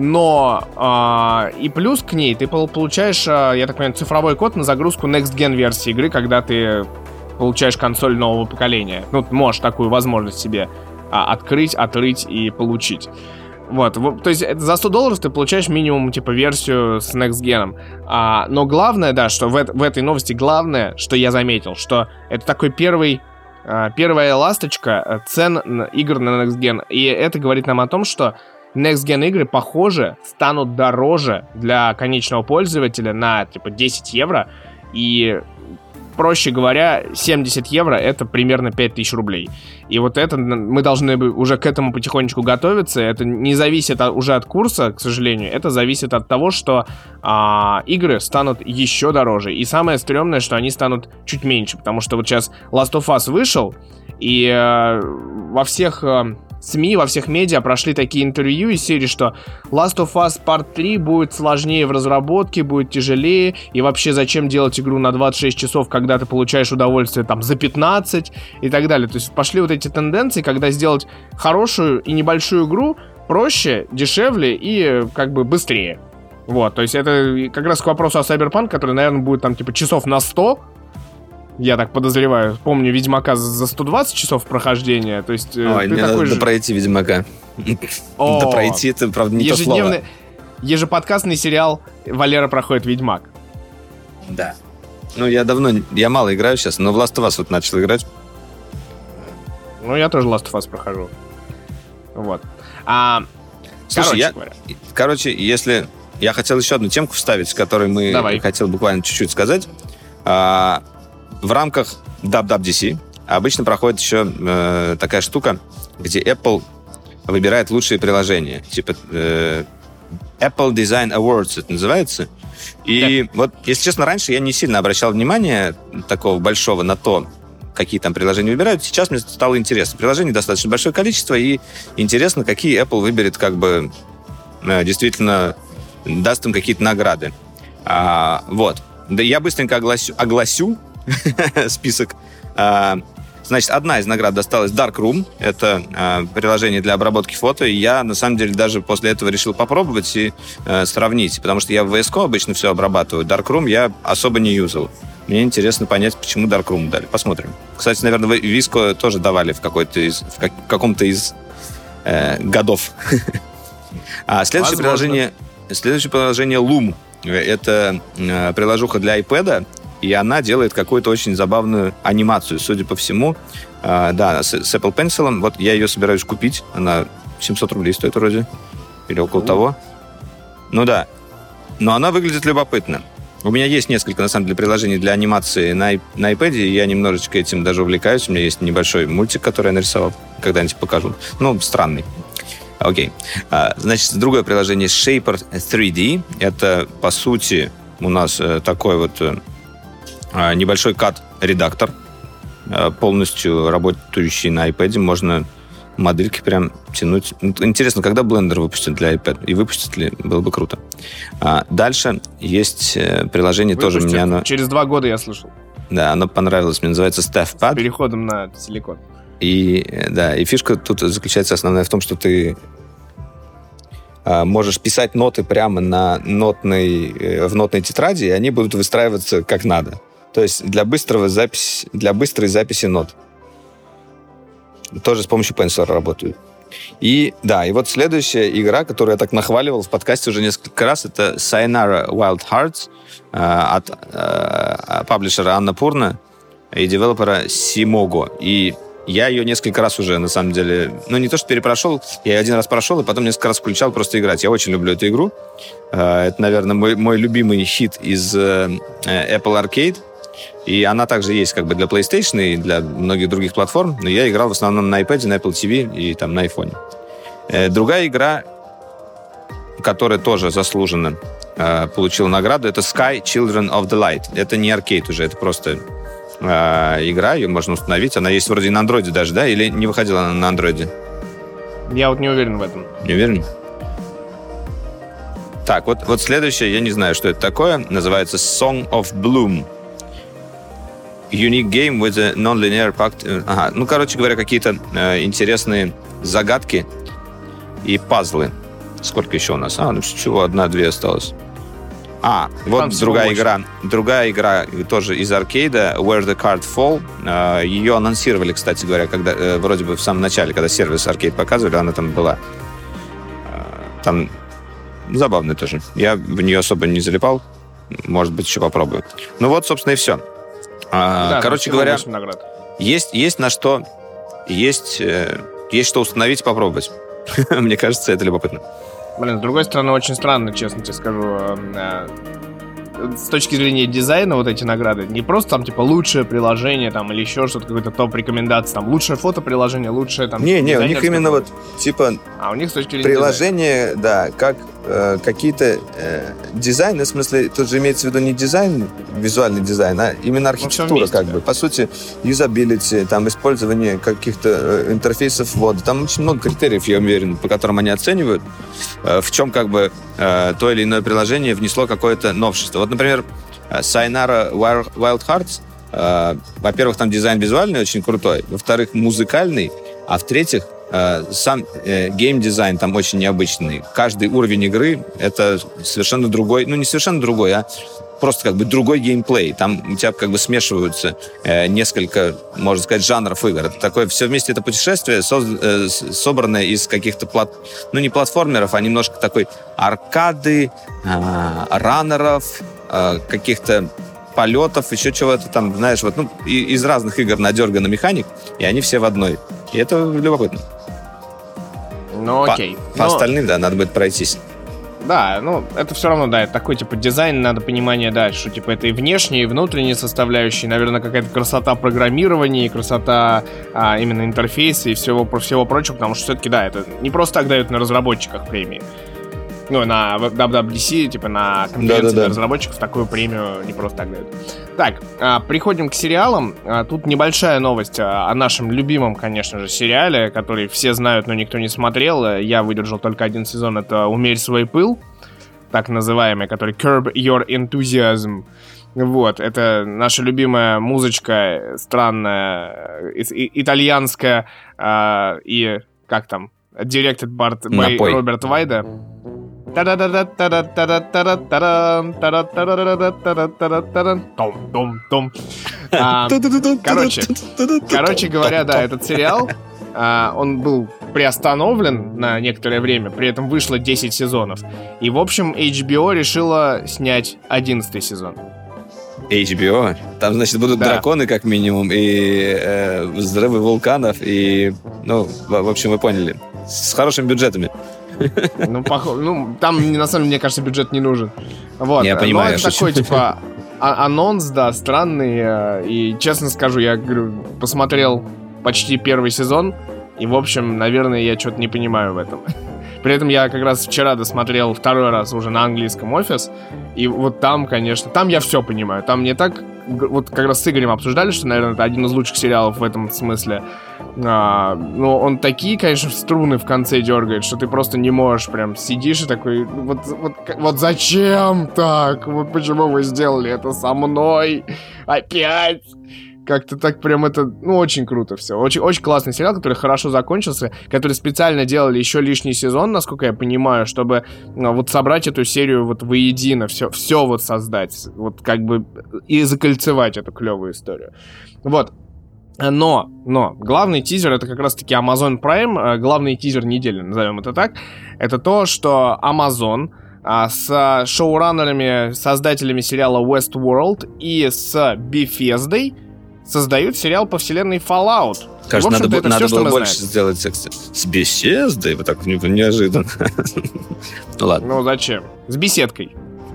Но а, и плюс к ней ты получаешь, а, я так понимаю, цифровой код на загрузку Next Gen версии игры, когда ты получаешь консоль нового поколения. Ну, ты можешь такую возможность себе а, открыть, отрыть и получить. Вот, вот, то есть за сто долларов ты получаешь минимум, типа, версию с Next Gen. А, но главное, да, что в, в этой новости главное, что я заметил, что это такой первый, а, первая ласточка цен игр на Next Gen. И это говорит нам о том, что Next Gen игры, похоже, станут дороже для конечного пользователя на, типа, десять евро. И, проще говоря, семьдесят евро — это примерно пять тысяч рублей. И вот это, мы должны уже к этому потихонечку готовиться. Это не зависит от, уже от курса, к сожалению. Это зависит от того, что а, игры станут еще дороже. И самое стрёмное, что они станут чуть меньше. Потому что вот сейчас Last of Us вышел, и а, во всех... А, СМИ, во всех медиа прошли такие интервью из серии, что Last of Us Part три будет сложнее в разработке, будет тяжелее, и вообще зачем делать игру на двадцать шесть часов, когда ты получаешь удовольствие там за пятнадцать и так далее. То есть пошли вот эти тенденции, когда сделать хорошую и небольшую игру проще, дешевле и как бы быстрее. Вот, то есть это как раз к вопросу о Cyberpunk, который, наверное, будет там типа часов на сто. Я так подозреваю. Помню Ведьмака за сто двадцать часов прохождения. То есть Ой, ты мне такой надо же... пройти Ведьмака. О, да пройти, это, правда, не то слово. Ежеподкастный сериал «Валера проходит Ведьмак». Да. Ну, я давно... Я мало играю сейчас, но в Last of Us вот начал играть. Ну, я тоже Last of Us прохожу. Вот. А, Слушай, короче, я... говоря. короче, если... Я хотел еще одну темку вставить, которой мы... Давай. Хотел буквально чуть-чуть сказать. А, в рамках дабл ю дабл ю ди си обычно проходит еще э, такая штука, где Apple выбирает лучшие приложения. Типа э, Apple Design Awards это называется. И да. Вот, если честно, раньше я не сильно обращал внимание такого большого на то, какие там приложения выбирают. Сейчас мне стало интересно. Приложений достаточно большое количество, и интересно, какие Apple выберет, как бы э, действительно даст им какие-то награды. А, вот. Да я быстренько огласю, огласю список. А, значит, одна из наград досталась Darkroom. Это а, приложение для обработки фото. И я, на самом деле, даже после этого решил попробовать и а, сравнить. Потому что я в ви эс Code обычно все обрабатываю. Darkroom я особо не юзал. Мне интересно понять, почему Darkroom дали. Посмотрим. Кстати, наверное, в ви эс Code тоже давали в, какой-то из, в как, каком-то из э, годов. А следующее приложение... Следующее приложение Loom. Это э, приложуха для iPad, и она делает какую-то очень забавную анимацию, судя по всему. Э, да, с, с Apple Pencil. Вот я ее собираюсь купить. Она семьсот рублей стоит вроде. Или около mm. того. Ну да. Но она выглядит любопытно. У меня есть несколько, на самом деле, приложений для анимации на, на iPad, и я немножечко этим даже увлекаюсь. У меня есть небольшой мультик, который я нарисовал. Когда-нибудь покажу. Ну, странный. Окей. Okay. Значит, другое приложение Shaper три ди. Это, по сути, у нас такой вот небольшой кат-редактор, полностью работающий на iPad. Можно модельки прям тянуть. Интересно, когда Blender выпустят для iPad? И выпустят ли? Было бы круто. Дальше есть приложение, выпустят. Тоже мне оно... Через два года я слышал. Да, оно понравилось. Мне называется StaffPad. С переходом на силикон. И, да, и фишка тут заключается основная в том, что ты а, можешь писать ноты прямо на нотной, в нотной тетради, и они будут выстраиваться как надо. То есть для, быстрого запись, для быстрой записи нот. Тоже с помощью Pencil работают. И да, и вот следующая игра, которую я так нахваливал в подкасте уже несколько раз, это Sayonara Wild Hearts а, от а, паблишера Annapurna и девелопера Simogo. И я ее несколько раз уже, на самом деле, ну, не то, что перепрошел, я ее один раз прошел, и потом несколько раз включал просто играть. Я очень люблю эту игру. Это, наверное, мой, мой любимый хит из Apple Arcade. И она также есть как бы для PlayStation и для многих других платформ. Но я играл в основном на iPad, на Apple ти ви и там на iPhone. Другая игра, которая тоже заслуженно получила награду, это Sky Children of the Light. Это не аркейд уже, это просто... игра, ее можно установить. Она есть вроде на андроиде даже, да? Или не выходила она на андроиде? Я вот не уверен в этом. Не уверен? Так, вот, вот следующее, я не знаю, что это такое. Называется Song of Bloom. Unique game with a non-linear pact. Ага, ну, короче говоря, какие-то э, интересные загадки и пазлы. Сколько еще у нас? А, ну, всего одна-две осталось. А, вот там другая игра. Другая игра тоже из аркейда, Where the Card Fall. Ее анонсировали, кстати говоря, когда вроде бы в самом начале, когда сервис аркейд показывали, она там была. Там забавная тоже. Я в нее особо не залипал. Может быть, еще попробую. Ну вот, собственно, и все. Да, короче говоря, есть, есть на что, есть, есть что установить и попробовать. Мне кажется, это любопытно. Блин, с другой стороны, очень странно, честно тебе скажу. С точки зрения дизайна вот эти награды, не просто там, типа, лучшее приложение там или еще что-то, какой-то топ-рекомендации, там, лучшее фотоприложение, лучшее там... Не-не, у них именно вот, типа... А у них с точки зрения приложение, дизайна. Да, как э, какие-то э, дизайны, в смысле, тут же имеется в виду не дизайн, визуальный дизайн, а именно архитектура, вместе, как да. бы. По сути, юзабилити, там, использование каких-то э, интерфейсов ввода. Там очень много критериев, я уверен, по которым они оценивают, э, в чем, как бы, э, то или иное приложение внесло какое-то новшество. Вот, например, Sayonara Wild Hearts, э, во-первых, там дизайн визуальный очень крутой, во-вторых, музыкальный, а в-третьих, э, сам э, гейм-дизайн там очень необычный. Каждый уровень игры — это совершенно другой, ну не совершенно другой, а просто как бы другой геймплей. Там у тебя как бы смешиваются э, несколько, можно сказать, жанров игр. Это такое, все вместе это путешествие, со, э, собранное из каких-то, плат, ну не платформеров, а немножко такой аркады, э, раннеров, э, каких-то полетов, еще чего-то там, знаешь, вот, ну, и, из разных игр надергано механик, и они все в одной. И это любопытно. Ну, окей. По, по Но... остальным, да, надо будет пройтись. Да, ну, это все равно, да, такой, типа, дизайн, надо понимание, да, что, типа, это и внешние, и внутренние составляющие, наверное, какая-то красота программирования, и красота а, именно интерфейса и всего, всего прочего, потому что все-таки, да, это не просто так дают на разработчиках премии. Ну, на дабл ю дабл ю ди си, типа, на конференции да, да, для разработчиков такую премию не просто так дают. Так, а, приходим к сериалам. А, тут небольшая новость а, о нашем любимом, конечно же, сериале, который все знают, но никто не смотрел. Я выдержал только один сезон. Это «Умерь свой пыл», так называемый, который «Curb Your Enthusiasm». Вот, это наша любимая музычка, странная, и, итальянская, а, и, как там, directed by Роберт Вайда. Короче, короче говоря, да, этот сериал, а, он был приостановлен на некоторое время, при этом вышло десять сезонов. И, в общем, эйч би о решила снять одиннадцатый сезон. эйч би о? Там, значит, будут да. драконы, как минимум, и э, взрывы вулканов, и, ну, в, в общем, вы поняли. С хорошими бюджетами. Ну, пох... ну, там, на самом деле, мне кажется, бюджет не нужен. Вот. Я понимаю, это такой, типа, а- анонс, да, странный. И, честно скажу, я, говорю, посмотрел почти первый сезон, и, в общем, наверное, я что-то не понимаю в этом. При этом я как раз вчера досмотрел второй раз уже на английском «Офис», и вот там, конечно, там я все понимаю. Там не так... Вот как раз с Игорем обсуждали, что, наверное, это один из лучших сериалов в этом смысле. А, но он такие, конечно, струны в конце дергает, что ты просто не можешь, прям сидишь и такой, вот, вот, вот зачем так? Вот почему вы сделали это со мной? Опять? Как-то так прям это, ну, очень круто все. Очень, очень классный сериал, который хорошо закончился, который специально делали еще лишний сезон, насколько я понимаю, чтобы ну, вот собрать эту серию вот воедино, все, все вот создать, вот как бы и закольцевать эту клевую историю. Вот. Но, но, главный тизер — это как раз-таки Amazon Prime, главный тизер недели, назовем это так, это то, что Amazon а, с шоураннерами, создателями сериала Westworld и с Bethesda создают сериал по вселенной Fallout. Кажется, надо, это надо все, было больше знаем. Сделать секс с беседой, вот так неожиданно. Ну ладно. Ну зачем? С беседкой.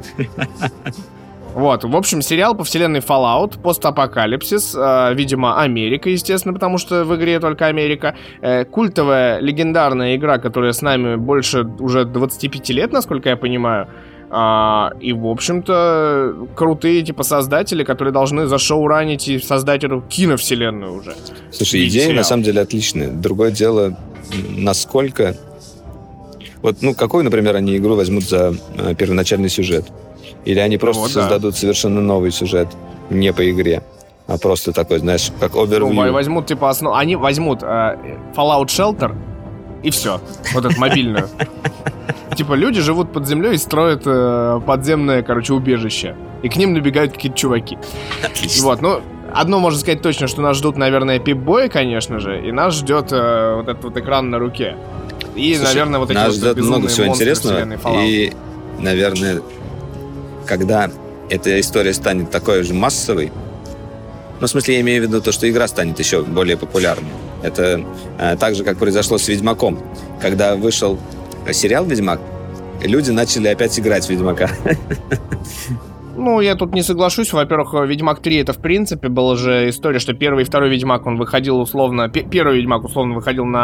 Вот, в общем, сериал по вселенной Fallout, постапокалипсис, э, видимо, Америка, естественно, потому что в игре только Америка. Э, культовая, легендарная игра, которая с нами больше уже двадцать пять лет, насколько я понимаю. А, и, в общем-то, крутые, типа, создатели, которые должны зашоуранить и создать эту киновселенную уже. Слушай, идея, сериал. На самом деле, отличная. Другое дело, насколько... Вот, ну, какую, например, они игру возьмут за э, первоначальный сюжет? Или они просто вот, создадут да. совершенно новый сюжет, не по игре, а просто такой, знаешь, как overview. Ну, возьмут, типа, основу... Они возьмут э, Fallout Shelter и все. Вот эту мобильную. Типа, люди живут под землей и строят э, подземное, короче, убежище. И к ним набегают какие-то чуваки. Отлично. Вот, ну, одно можно сказать точно, что нас ждут, наверное, Пип-Бой, конечно же. И нас ждет э, вот этот вот экран на руке. И, слушай, наверное, вот эти нас вот ждет много всего интересного. И, наверное, когда эта история станет такой же массовой, ну, в смысле, я имею в виду то, что игра станет еще более популярной. Это э, так же, как произошло с Ведьмаком. Когда вышел сериал «Ведьмак», люди начали опять играть в Ведьмака. Ну, я тут не соглашусь. Во-первых, Ведьмак три это, в принципе, была же история, что первый и второй Ведьмак, он выходил условно... Первый Ведьмак, условно, выходил на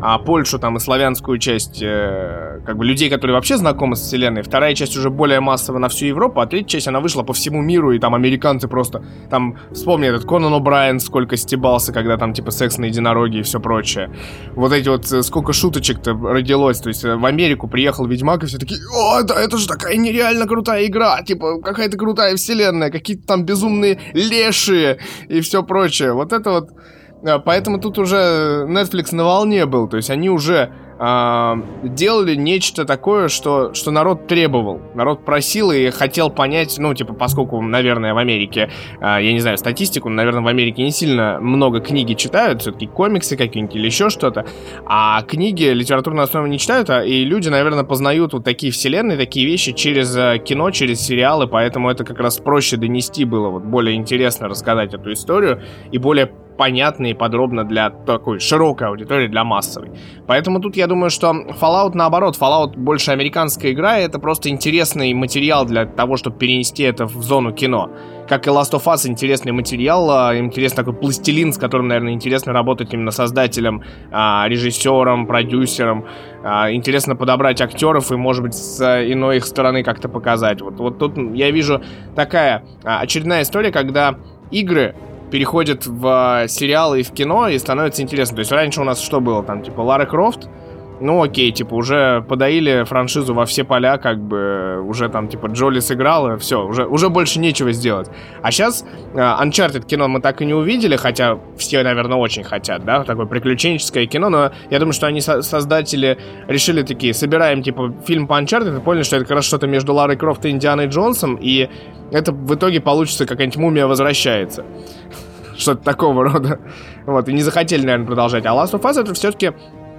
а, Польшу там и славянскую часть, э, как бы людей, которые вообще знакомы с вселенной. Вторая часть уже более массовая на всю Европу, а третья часть, она вышла по всему миру, и там американцы просто, там, вспомни этот Конан О'Брайен, сколько стебался, когда там типа секс на единороге и все прочее. Вот эти вот, сколько шуточек-то родилось, то есть в Америку приехал Ведьмак, и все такие: о, да это же такая нереально крутая игра, типа какая-то крутая вселенная, какие-то там безумные лешие и все прочее. Вот это вот. Поэтому тут уже Netflix на волне был, то есть они уже э, делали нечто такое, что, что народ требовал, народ просил и хотел понять, ну, типа, поскольку, наверное, в Америке, э, я не знаю статистику, наверное, в Америке не сильно много книги читают, все-таки комиксы какие-нибудь или еще что-то, а книги литературной основы не читают, а, и люди, наверное, познают вот такие вселенные, такие вещи через э, кино, через сериалы, поэтому это как раз проще донести было, вот более интересно рассказать эту историю и более понятно и подробно для такой широкой аудитории, для массовой. Поэтому тут я думаю, что Fallout наоборот, Fallout больше американская игра, и это просто интересный материал для того, чтобы перенести это в зону кино. Как и Last of Us интересный материал, интересный такой пластилин, с которым, наверное, интересно работать именно создателем, режиссером, продюсером. Интересно подобрать актеров и, может быть, с иной их стороны как-то показать. Вот, вот тут я вижу такая очередная история, когда игры переходят в сериалы и в кино, и становится интересно. То есть раньше у нас что было? Там, типа, Лара Крофт, ну окей, типа, уже подоили франшизу во все поля, как бы, уже там, типа, Джоли сыграла, все, уже, уже больше нечего сделать. А сейчас uh, Uncharted кино мы так и не увидели, хотя все, наверное, очень хотят, да, такое приключенческое кино, но я думаю, что они, со- создатели, решили такие: собираем, типа, фильм по Uncharted, и поняли, что это как раз что-то между Ларой Крофт и Индианой Джонсом, и это в итоге получится какая-нибудь «Мумия возвращается». Что-то такого рода. Вот, и не захотели, наверное, продолжать. А Last of Us — это все-таки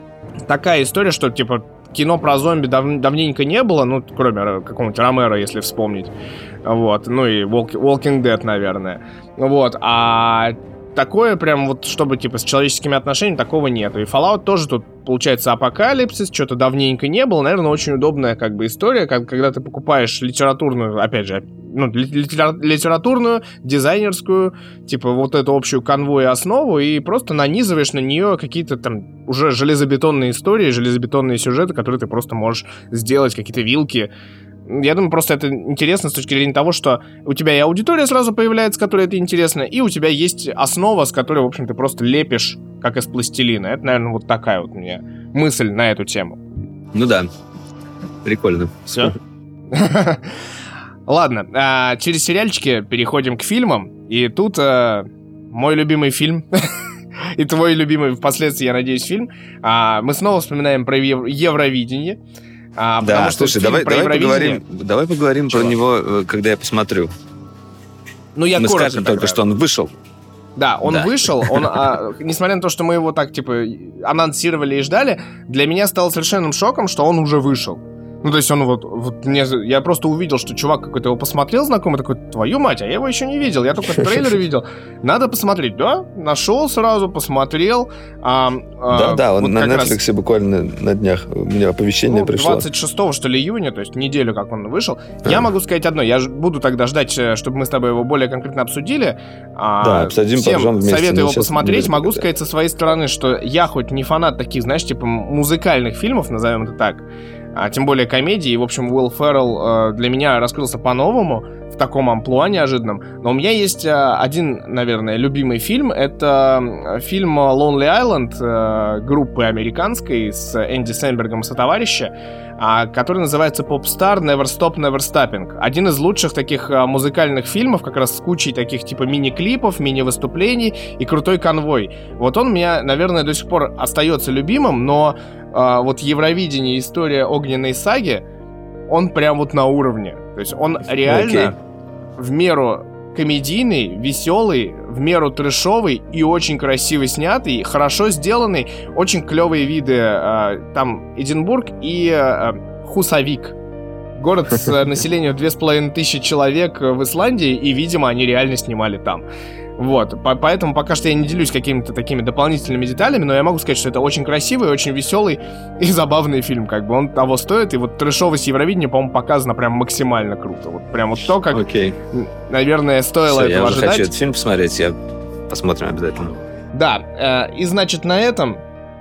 такая история, что, типа, кино про зомби дав- давненько не было, ну, кроме какого-нибудь Ромеро, если вспомнить. Вот, ну и Walk- Walking Dead, наверное. Вот, а такое прям вот, чтобы, типа, с человеческими отношениями, такого нету. И Fallout тоже тут, получается, апокалипсис, что-то давненько не было. Наверное, очень удобная, как бы, история, как, когда ты покупаешь литературную, опять же, ну, литера- литературную, дизайнерскую, типа, вот эту общую канву и основу, и просто нанизываешь на нее какие-то там уже железобетонные истории, железобетонные сюжеты, которые ты просто можешь сделать, какие-то вилки. Я думаю, просто это интересно с точки зрения того, что у тебя и аудитория сразу появляется, которой это интересно, и у тебя есть основа, с которой, в общем, ты просто лепишь, как из пластилина. Это, наверное, вот такая вот у меня мысль на эту тему. Ну да, прикольно. Все? Ладно, а, через сериальчики переходим к фильмам, и тут а, мой любимый фильм... И твой любимый впоследствии, я надеюсь, фильм. А, мы снова вспоминаем про Ев- Евровидение. А, да, слушай, давай, давай поговорим, давай поговорим про него, когда я посмотрю. Ну, я мы коротко скажем тогда. только, что он вышел. Да, он да. вышел, он, а, несмотря на то, что мы его так, типа, анонсировали и ждали, для меня стало совершенным шоком, что он уже вышел. Ну, то есть он вот, вот мне, я просто увидел, что чувак какой-то его посмотрел знакомый, такой: твою мать, а я его еще не видел, я только трейлеры видел. Надо посмотреть, да? Нашел сразу, посмотрел. А, да, а, да, он вот на Netflix раз... буквально на днях у меня оповещение ну, пришло. двадцать шестого, что ли, июня, то есть неделю, как он вышел. А. Я могу сказать одно, я буду тогда ждать, чтобы мы с тобой его более конкретно обсудили. Да, обсудим, всем вместе. Советую его посмотреть. Могу да. сказать со своей стороны, что я хоть не фанат таких, знаешь, типа музыкальных фильмов, назовем это так, а тем более комедии. И, в общем, Уилл Феррелл э, для меня раскрылся по-новому, в таком амплуа неожиданном. Но у меня есть э, один, наверное, любимый фильм. Это фильм Lonely Island э, группы американской с Энди Сэмбергом и сотоварища, э, который называется Popstar Never Stop Never Stopping. Один из лучших таких э, музыкальных фильмов, как раз с кучей таких типа мини-клипов, мини-выступлений и крутой конвой. Вот он у меня, наверное, до сих пор остается любимым, но Uh, вот Евровидение, история огненной саги, он прям вот на уровне. То есть он реально okay. в меру комедийный, веселый, в меру трэшовый и очень красиво снятый, хорошо сделанный, очень клевые виды. Uh, там Эдинбург и uh, Хусавик. Город с населением две с половиной тысячи человек в Исландии, и, видимо, они реально снимали там. Вот, поэтому пока что я не делюсь какими-то такими дополнительными деталями, но я могу сказать, что это очень красивый, очень веселый и забавный фильм, как бы он того стоит, и вот трэшовость Евровидения, по-моему, показана прям максимально круто, вот прям вот то, как, okay. наверное, стоило Все, этого я ожидать. Я хочу этот фильм посмотреть, я посмотрим обязательно. Да, э, и значит на этом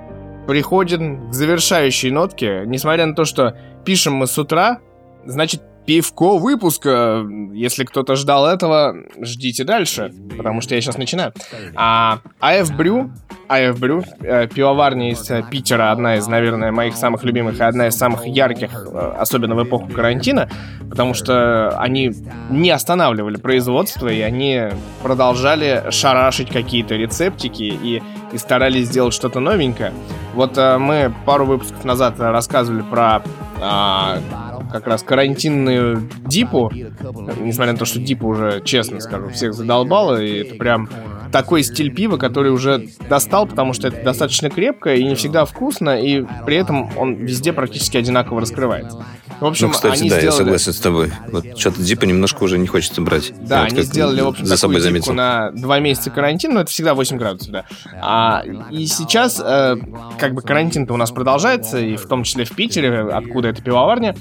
приходим к завершающей нотке. Несмотря на то, что пишем мы с утра, значит, пивко выпуска. Если кто-то ждал этого, ждите дальше, потому что я сейчас начинаю. А эй эф Brew, эй эф Brew, э, пивоварня из э, Питера, одна из, наверное, моих самых любимых и одна из самых ярких, э, особенно в эпоху карантина, потому что они не останавливали производство, и они продолжали шарашить какие-то рецептики и, и старались сделать что-то новенькое. Вот э, мы пару выпусков назад рассказывали про э, как раз карантинную дипу, несмотря на то, что дипа уже, честно скажу, всех задолбала, и это прям такой стиль пива, который уже достал, потому что это достаточно крепко и не всегда вкусно, и при этом он везде практически одинаково раскрывается. В общем, ну, кстати, они да, сделали... я согласен с тобой. Вот что-то дипа немножко уже не хочется брать. Да, я они вот сделали, в общем, за такую собой дипку заметил. на два месяца карантина, но это всегда восемь градусов, да. А, и сейчас, э, как бы, карантин-то у нас продолжается, и в том числе в Питере, откуда эта пивоварня.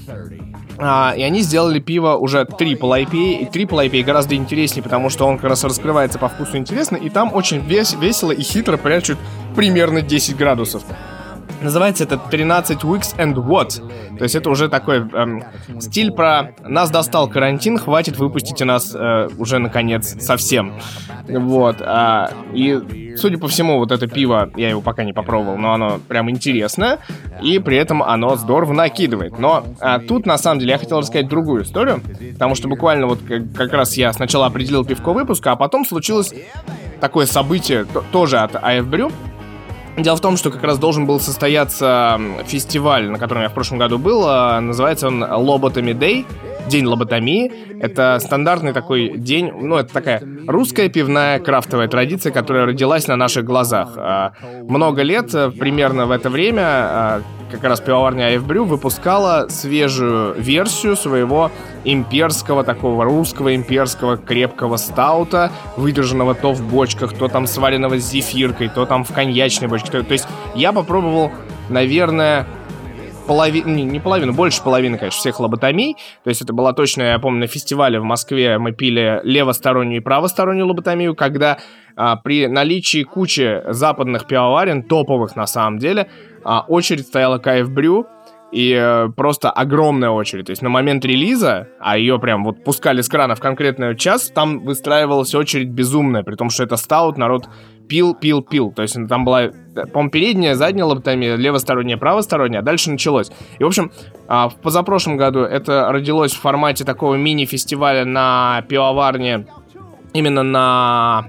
А, и они сделали пиво уже трипл ай пи эй, и трипл ай пи эй гораздо интереснее, потому что он как раз раскрывается по вкусу интересно, и там очень вес- весело и хитро прячут примерно десять градусов. Называется это тринадцать Weeks and What. То есть это уже такой эм, стиль про «нас достал карантин, хватит, выпустите нас э, уже, наконец, совсем». Вот. А, и, судя по всему, вот это пиво, я его пока не попробовал, но оно прям интересное, и при этом оно здорово накидывает. Но а, тут, на самом деле, я хотел рассказать другую историю, потому что буквально вот как, как раз я сначала определил пивко выпуска, а потом случилось такое событие, т- тоже от эй эф Brew. Дело в том, что как раз должен был состояться фестиваль, на котором я в прошлом году был. Называется он Lobotomy Day, День лоботомии. Это стандартный такой день, ну, это такая русская пивная крафтовая традиция, которая родилась на наших глазах. Много лет, примерно в это время, как раз пивоварня эй эф Brew выпускала свежую версию своего имперского, такого русского имперского крепкого стаута, выдержанного то в бочках, то там сваренного с зефиркой, то там в коньячной бочке. То, то есть я попробовал, наверное, половину, не, не половину, больше половины, конечно, всех лоботомий. То есть это была точно, я помню, на фестивале в Москве мы пили левостороннюю и правостороннюю лоботомию, когда а, при наличии кучи западных пивоварен, топовых на самом деле, а, очередь стояла к эй эф Brew, и э, просто огромная очередь. То есть на момент релиза, а ее прям вот пускали с крана в конкретный час, там выстраивалась очередь безумная, при том, что это стаут, народ пил, пил, пил. То есть там была, по-моему, передняя, задняя лоботомия, левосторонняя, правосторонняя, а дальше началось. И, в общем, э, в позапрошлом году это родилось в формате такого мини-фестиваля на пивоварне, именно на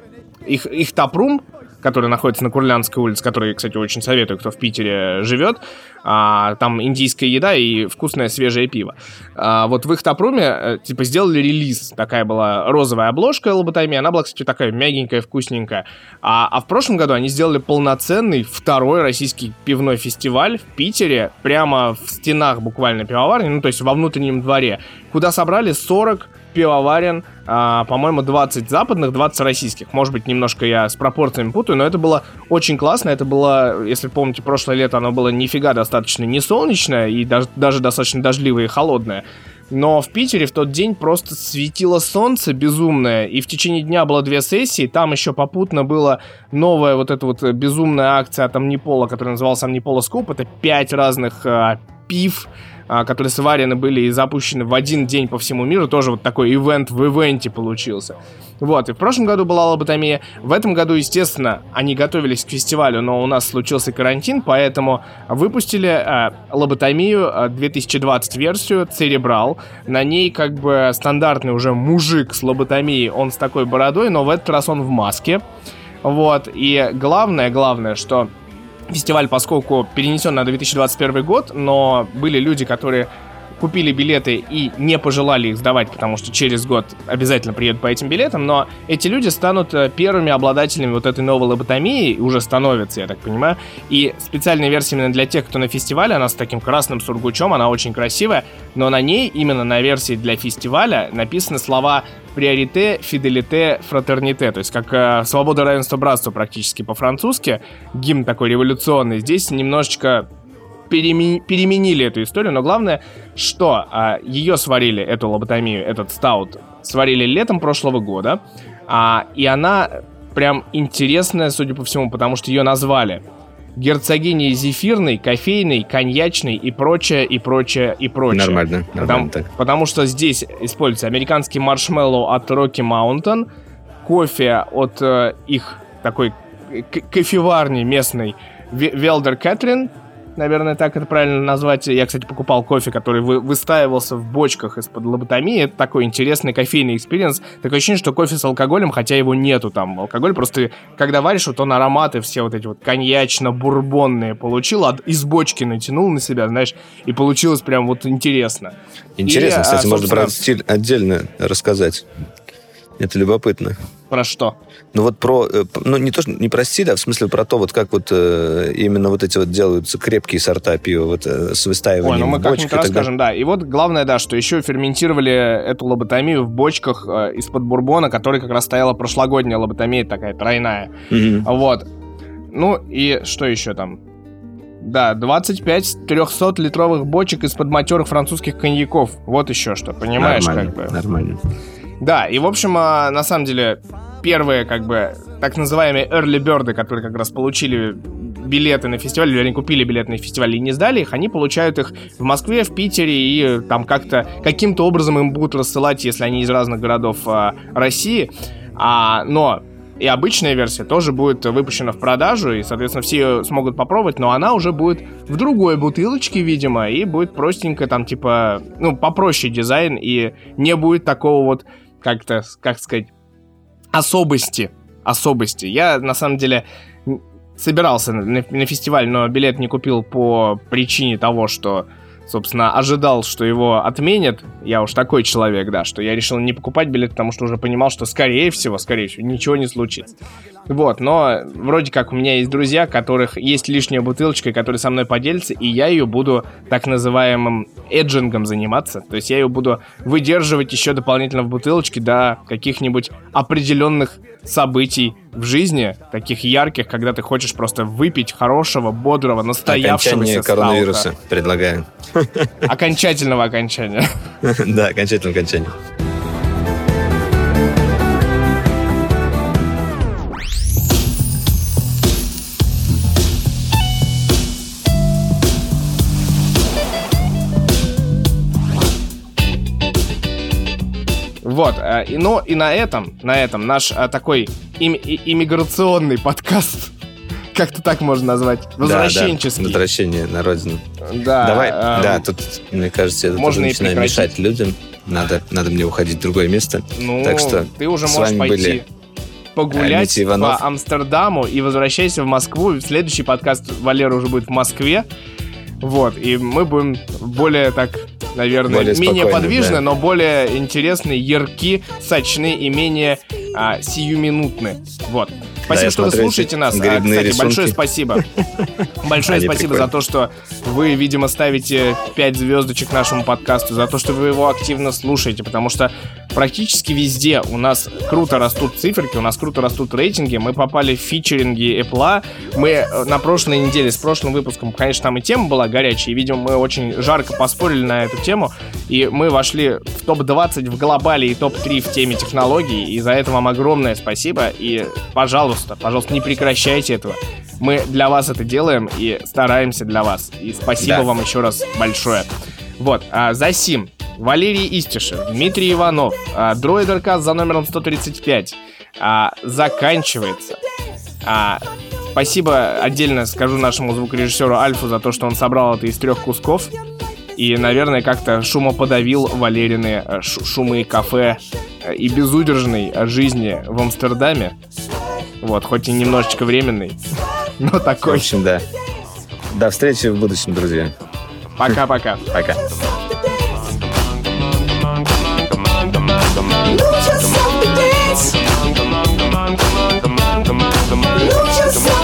их, их тапрум, который находится на Курлянской улице, который, кстати, очень советую, кто в Питере живет. А, там индийская еда и вкусное свежее пиво. А, вот в их тапруме, типа, сделали релиз. Такая была розовая обложка лоботомии. Она была, кстати, такая мягенькая, вкусненькая. А, а в прошлом году они сделали полноценный второй российский пивной фестиваль в Питере, прямо в стенах буквально пивоварни, ну, то есть во внутреннем дворе, куда собрали сорок пивоварен, а, по-моему, двадцать западных, двадцать российских. Может быть, немножко я с пропорциями путаю, но это было очень классно. Это было, если помните, прошлое лето оно было нифига достаточно не солнечное и даже, даже достаточно дождливое и холодное. Но в Питере в тот день просто светило солнце безумное, и в течение дня было две сессии. Там еще попутно была новая вот эта вот безумная акция от Omnipola, которая называлась Omnipola Scoop. Это пять разных а, пив, которые сварены были и запущены в один день по всему миру. Тоже вот такой ивент в ивенте получился. Вот, и в прошлом году была лоботомия. В этом году, естественно, они готовились к фестивалю, но у нас случился карантин, поэтому выпустили э, лоботомию э, две тысячи двадцать версию Cerebral. На ней как бы стандартный уже мужик с лоботомией, он с такой бородой, но в этот раз он в маске. Вот, и главное, главное, что фестиваль, поскольку перенесен на две тысячи двадцать первый год, но были люди, которые купили билеты и не пожелали их сдавать, потому что через год обязательно приедут по этим билетам, но эти люди станут первыми обладателями вот этой новой лоботомии, уже становятся, я так понимаю, и специальная версия именно для тех, кто на фестивале, она с таким красным сургучом, она очень красивая, но на ней, именно на версии для фестиваля, написаны слова «приорите», «фиделите», «фратерните», то есть как э, «свобода, равенство, братство» практически по-французски, гимн такой революционный, здесь немножечко Перемен... переменили эту историю, но главное, что а, ее сварили, эту лоботомию, этот стаут, сварили летом прошлого года, а, и она прям интересная, судя по всему, потому что ее назвали герцогиней зефирной, кофейной, коньячной и прочее, и прочее, и прочее. Нормально, нормально потому, так. Потому что здесь используется американский маршмеллоу от Rocky Mountain, кофе от э, их такой к- кофеварни местной Велдер Кэтрин, наверное, так это правильно назвать. Я, кстати, покупал кофе, который вы, выстаивался в бочках из-под лоботомии. Это такой интересный кофейный экспириенс. Такое ощущение, что кофе с алкоголем, хотя его нету там. Алкоголь просто, когда варишь, вот он ароматы все вот эти вот коньячно-бурбонные получил, от, из бочки натянул на себя, знаешь, и получилось прям вот интересно. Интересно, и, кстати, а, можно собственно... про стиль отдельно рассказать. Это любопытно. Про что? Ну вот про, ну не то, что не про стиль, а в смысле про то, вот как вот э, именно вот эти вот делаются крепкие сорта пива, вот э, с выстаиванием. Ой, ну мы в бочке как-нибудь расскажем, да. И вот главное, да, что еще ферментировали эту лоботомию в бочках э, из-под бурбона, который как раз стояла прошлогодняя лоботомия, такая тройная. Mm-hmm. Вот. Ну и что еще там? Да, двадцать пять трехсотлитровых бочек из-под матерых французских коньяков. Вот еще что, понимаешь, нормально, как бы. Нормально. Да, и в общем, на самом деле, первые, как бы, так называемые early bird, которые как раз получили билеты на фестиваль, или они купили билеты на фестиваль и не сдали их, они получают их в Москве, в Питере, и там как-то, каким-то образом им будут рассылать, если они из разных городов а, России. А, но и обычная версия тоже будет выпущена в продажу, и, соответственно, все ее смогут попробовать, но она уже будет в другой бутылочке, видимо, и будет простенько, там, типа, ну, попроще дизайн, и не будет такого вот, как-то, как сказать, особости. Особости. Я, на самом деле, собирался на, на фестиваль, но билет не купил по причине того, что, собственно, ожидал, что его отменят. Я уж такой человек, да, что я решил не покупать билет, потому что уже понимал, что, скорее всего, скорее всего, ничего не случится. Вот, но вроде как у меня есть друзья, у которых есть лишняя бутылочка, которые со мной поделятся, и я ее буду так называемым эджингом заниматься. То есть я ее буду выдерживать еще дополнительно в бутылочке до каких-нибудь определенных событий в жизни, таких ярких, когда ты хочешь просто выпить хорошего, бодрого, настоявшегося окончание стаута. Коронавируса предлагаю. Окончательного окончания. Да, окончательного окончания. Вот, и, ну и на этом, на этом наш а, такой им, и, иммиграционный подкаст, как-то так можно назвать, возвращенческий. Да, да, возвращение на родину. Да. Давай, э, да, тут, мне кажется, я можно тоже начинаю мешать людям. Надо, надо мне уходить в другое место. Ну, так что ты уже с можешь вами пойти были погулять Митя Иванов. по Амстердаму и возвращайся в Москву. Следующий подкаст Валера уже будет в Москве. Вот, и мы будем более так, наверное, более менее подвижны, да. но более интересны, ярки, сочны и менее а, сиюминутны. Вот. Спасибо, да, что вы слушаете нас. А, кстати, рисунки. большое спасибо. Большое Они спасибо прикольные. за то, что вы, видимо, ставите пять звездочек нашему подкасту, за то, что вы его активно слушаете, потому что практически везде у нас круто растут циферки, у нас круто растут рейтинги. Мы попали в фичеринги Apple. Мы на прошлой неделе, с прошлым выпуском, конечно, там и тема была горячая, и, видимо, мы очень жарко поспорили на эту тему, и мы вошли в топ двадцать в глобале и топ три в теме технологий, и за это вам огромное спасибо, и, пожалуйста, пожалуйста, не прекращайте этого. Мы для вас это делаем и стараемся для вас, и спасибо Да. вам еще раз большое. Вот, а, за сим Валерий Истишев, Дмитрий Иванов, а, Дроидеркаст за номером сто тридцать пять а, заканчивается. А, спасибо отдельно скажу нашему звукорежиссеру Альфу за то, что он собрал это из трех кусков и, наверное, как-то шумоподавил Валерины э, ш- шумы кафе э, и безудержной э, жизни в Амстердаме. Вот, хоть и немножечко временный, но В такой. общем, да. До встречи в будущем, друзья. Пока-пока. Пока. Lose yourself to dance. Lose yourself.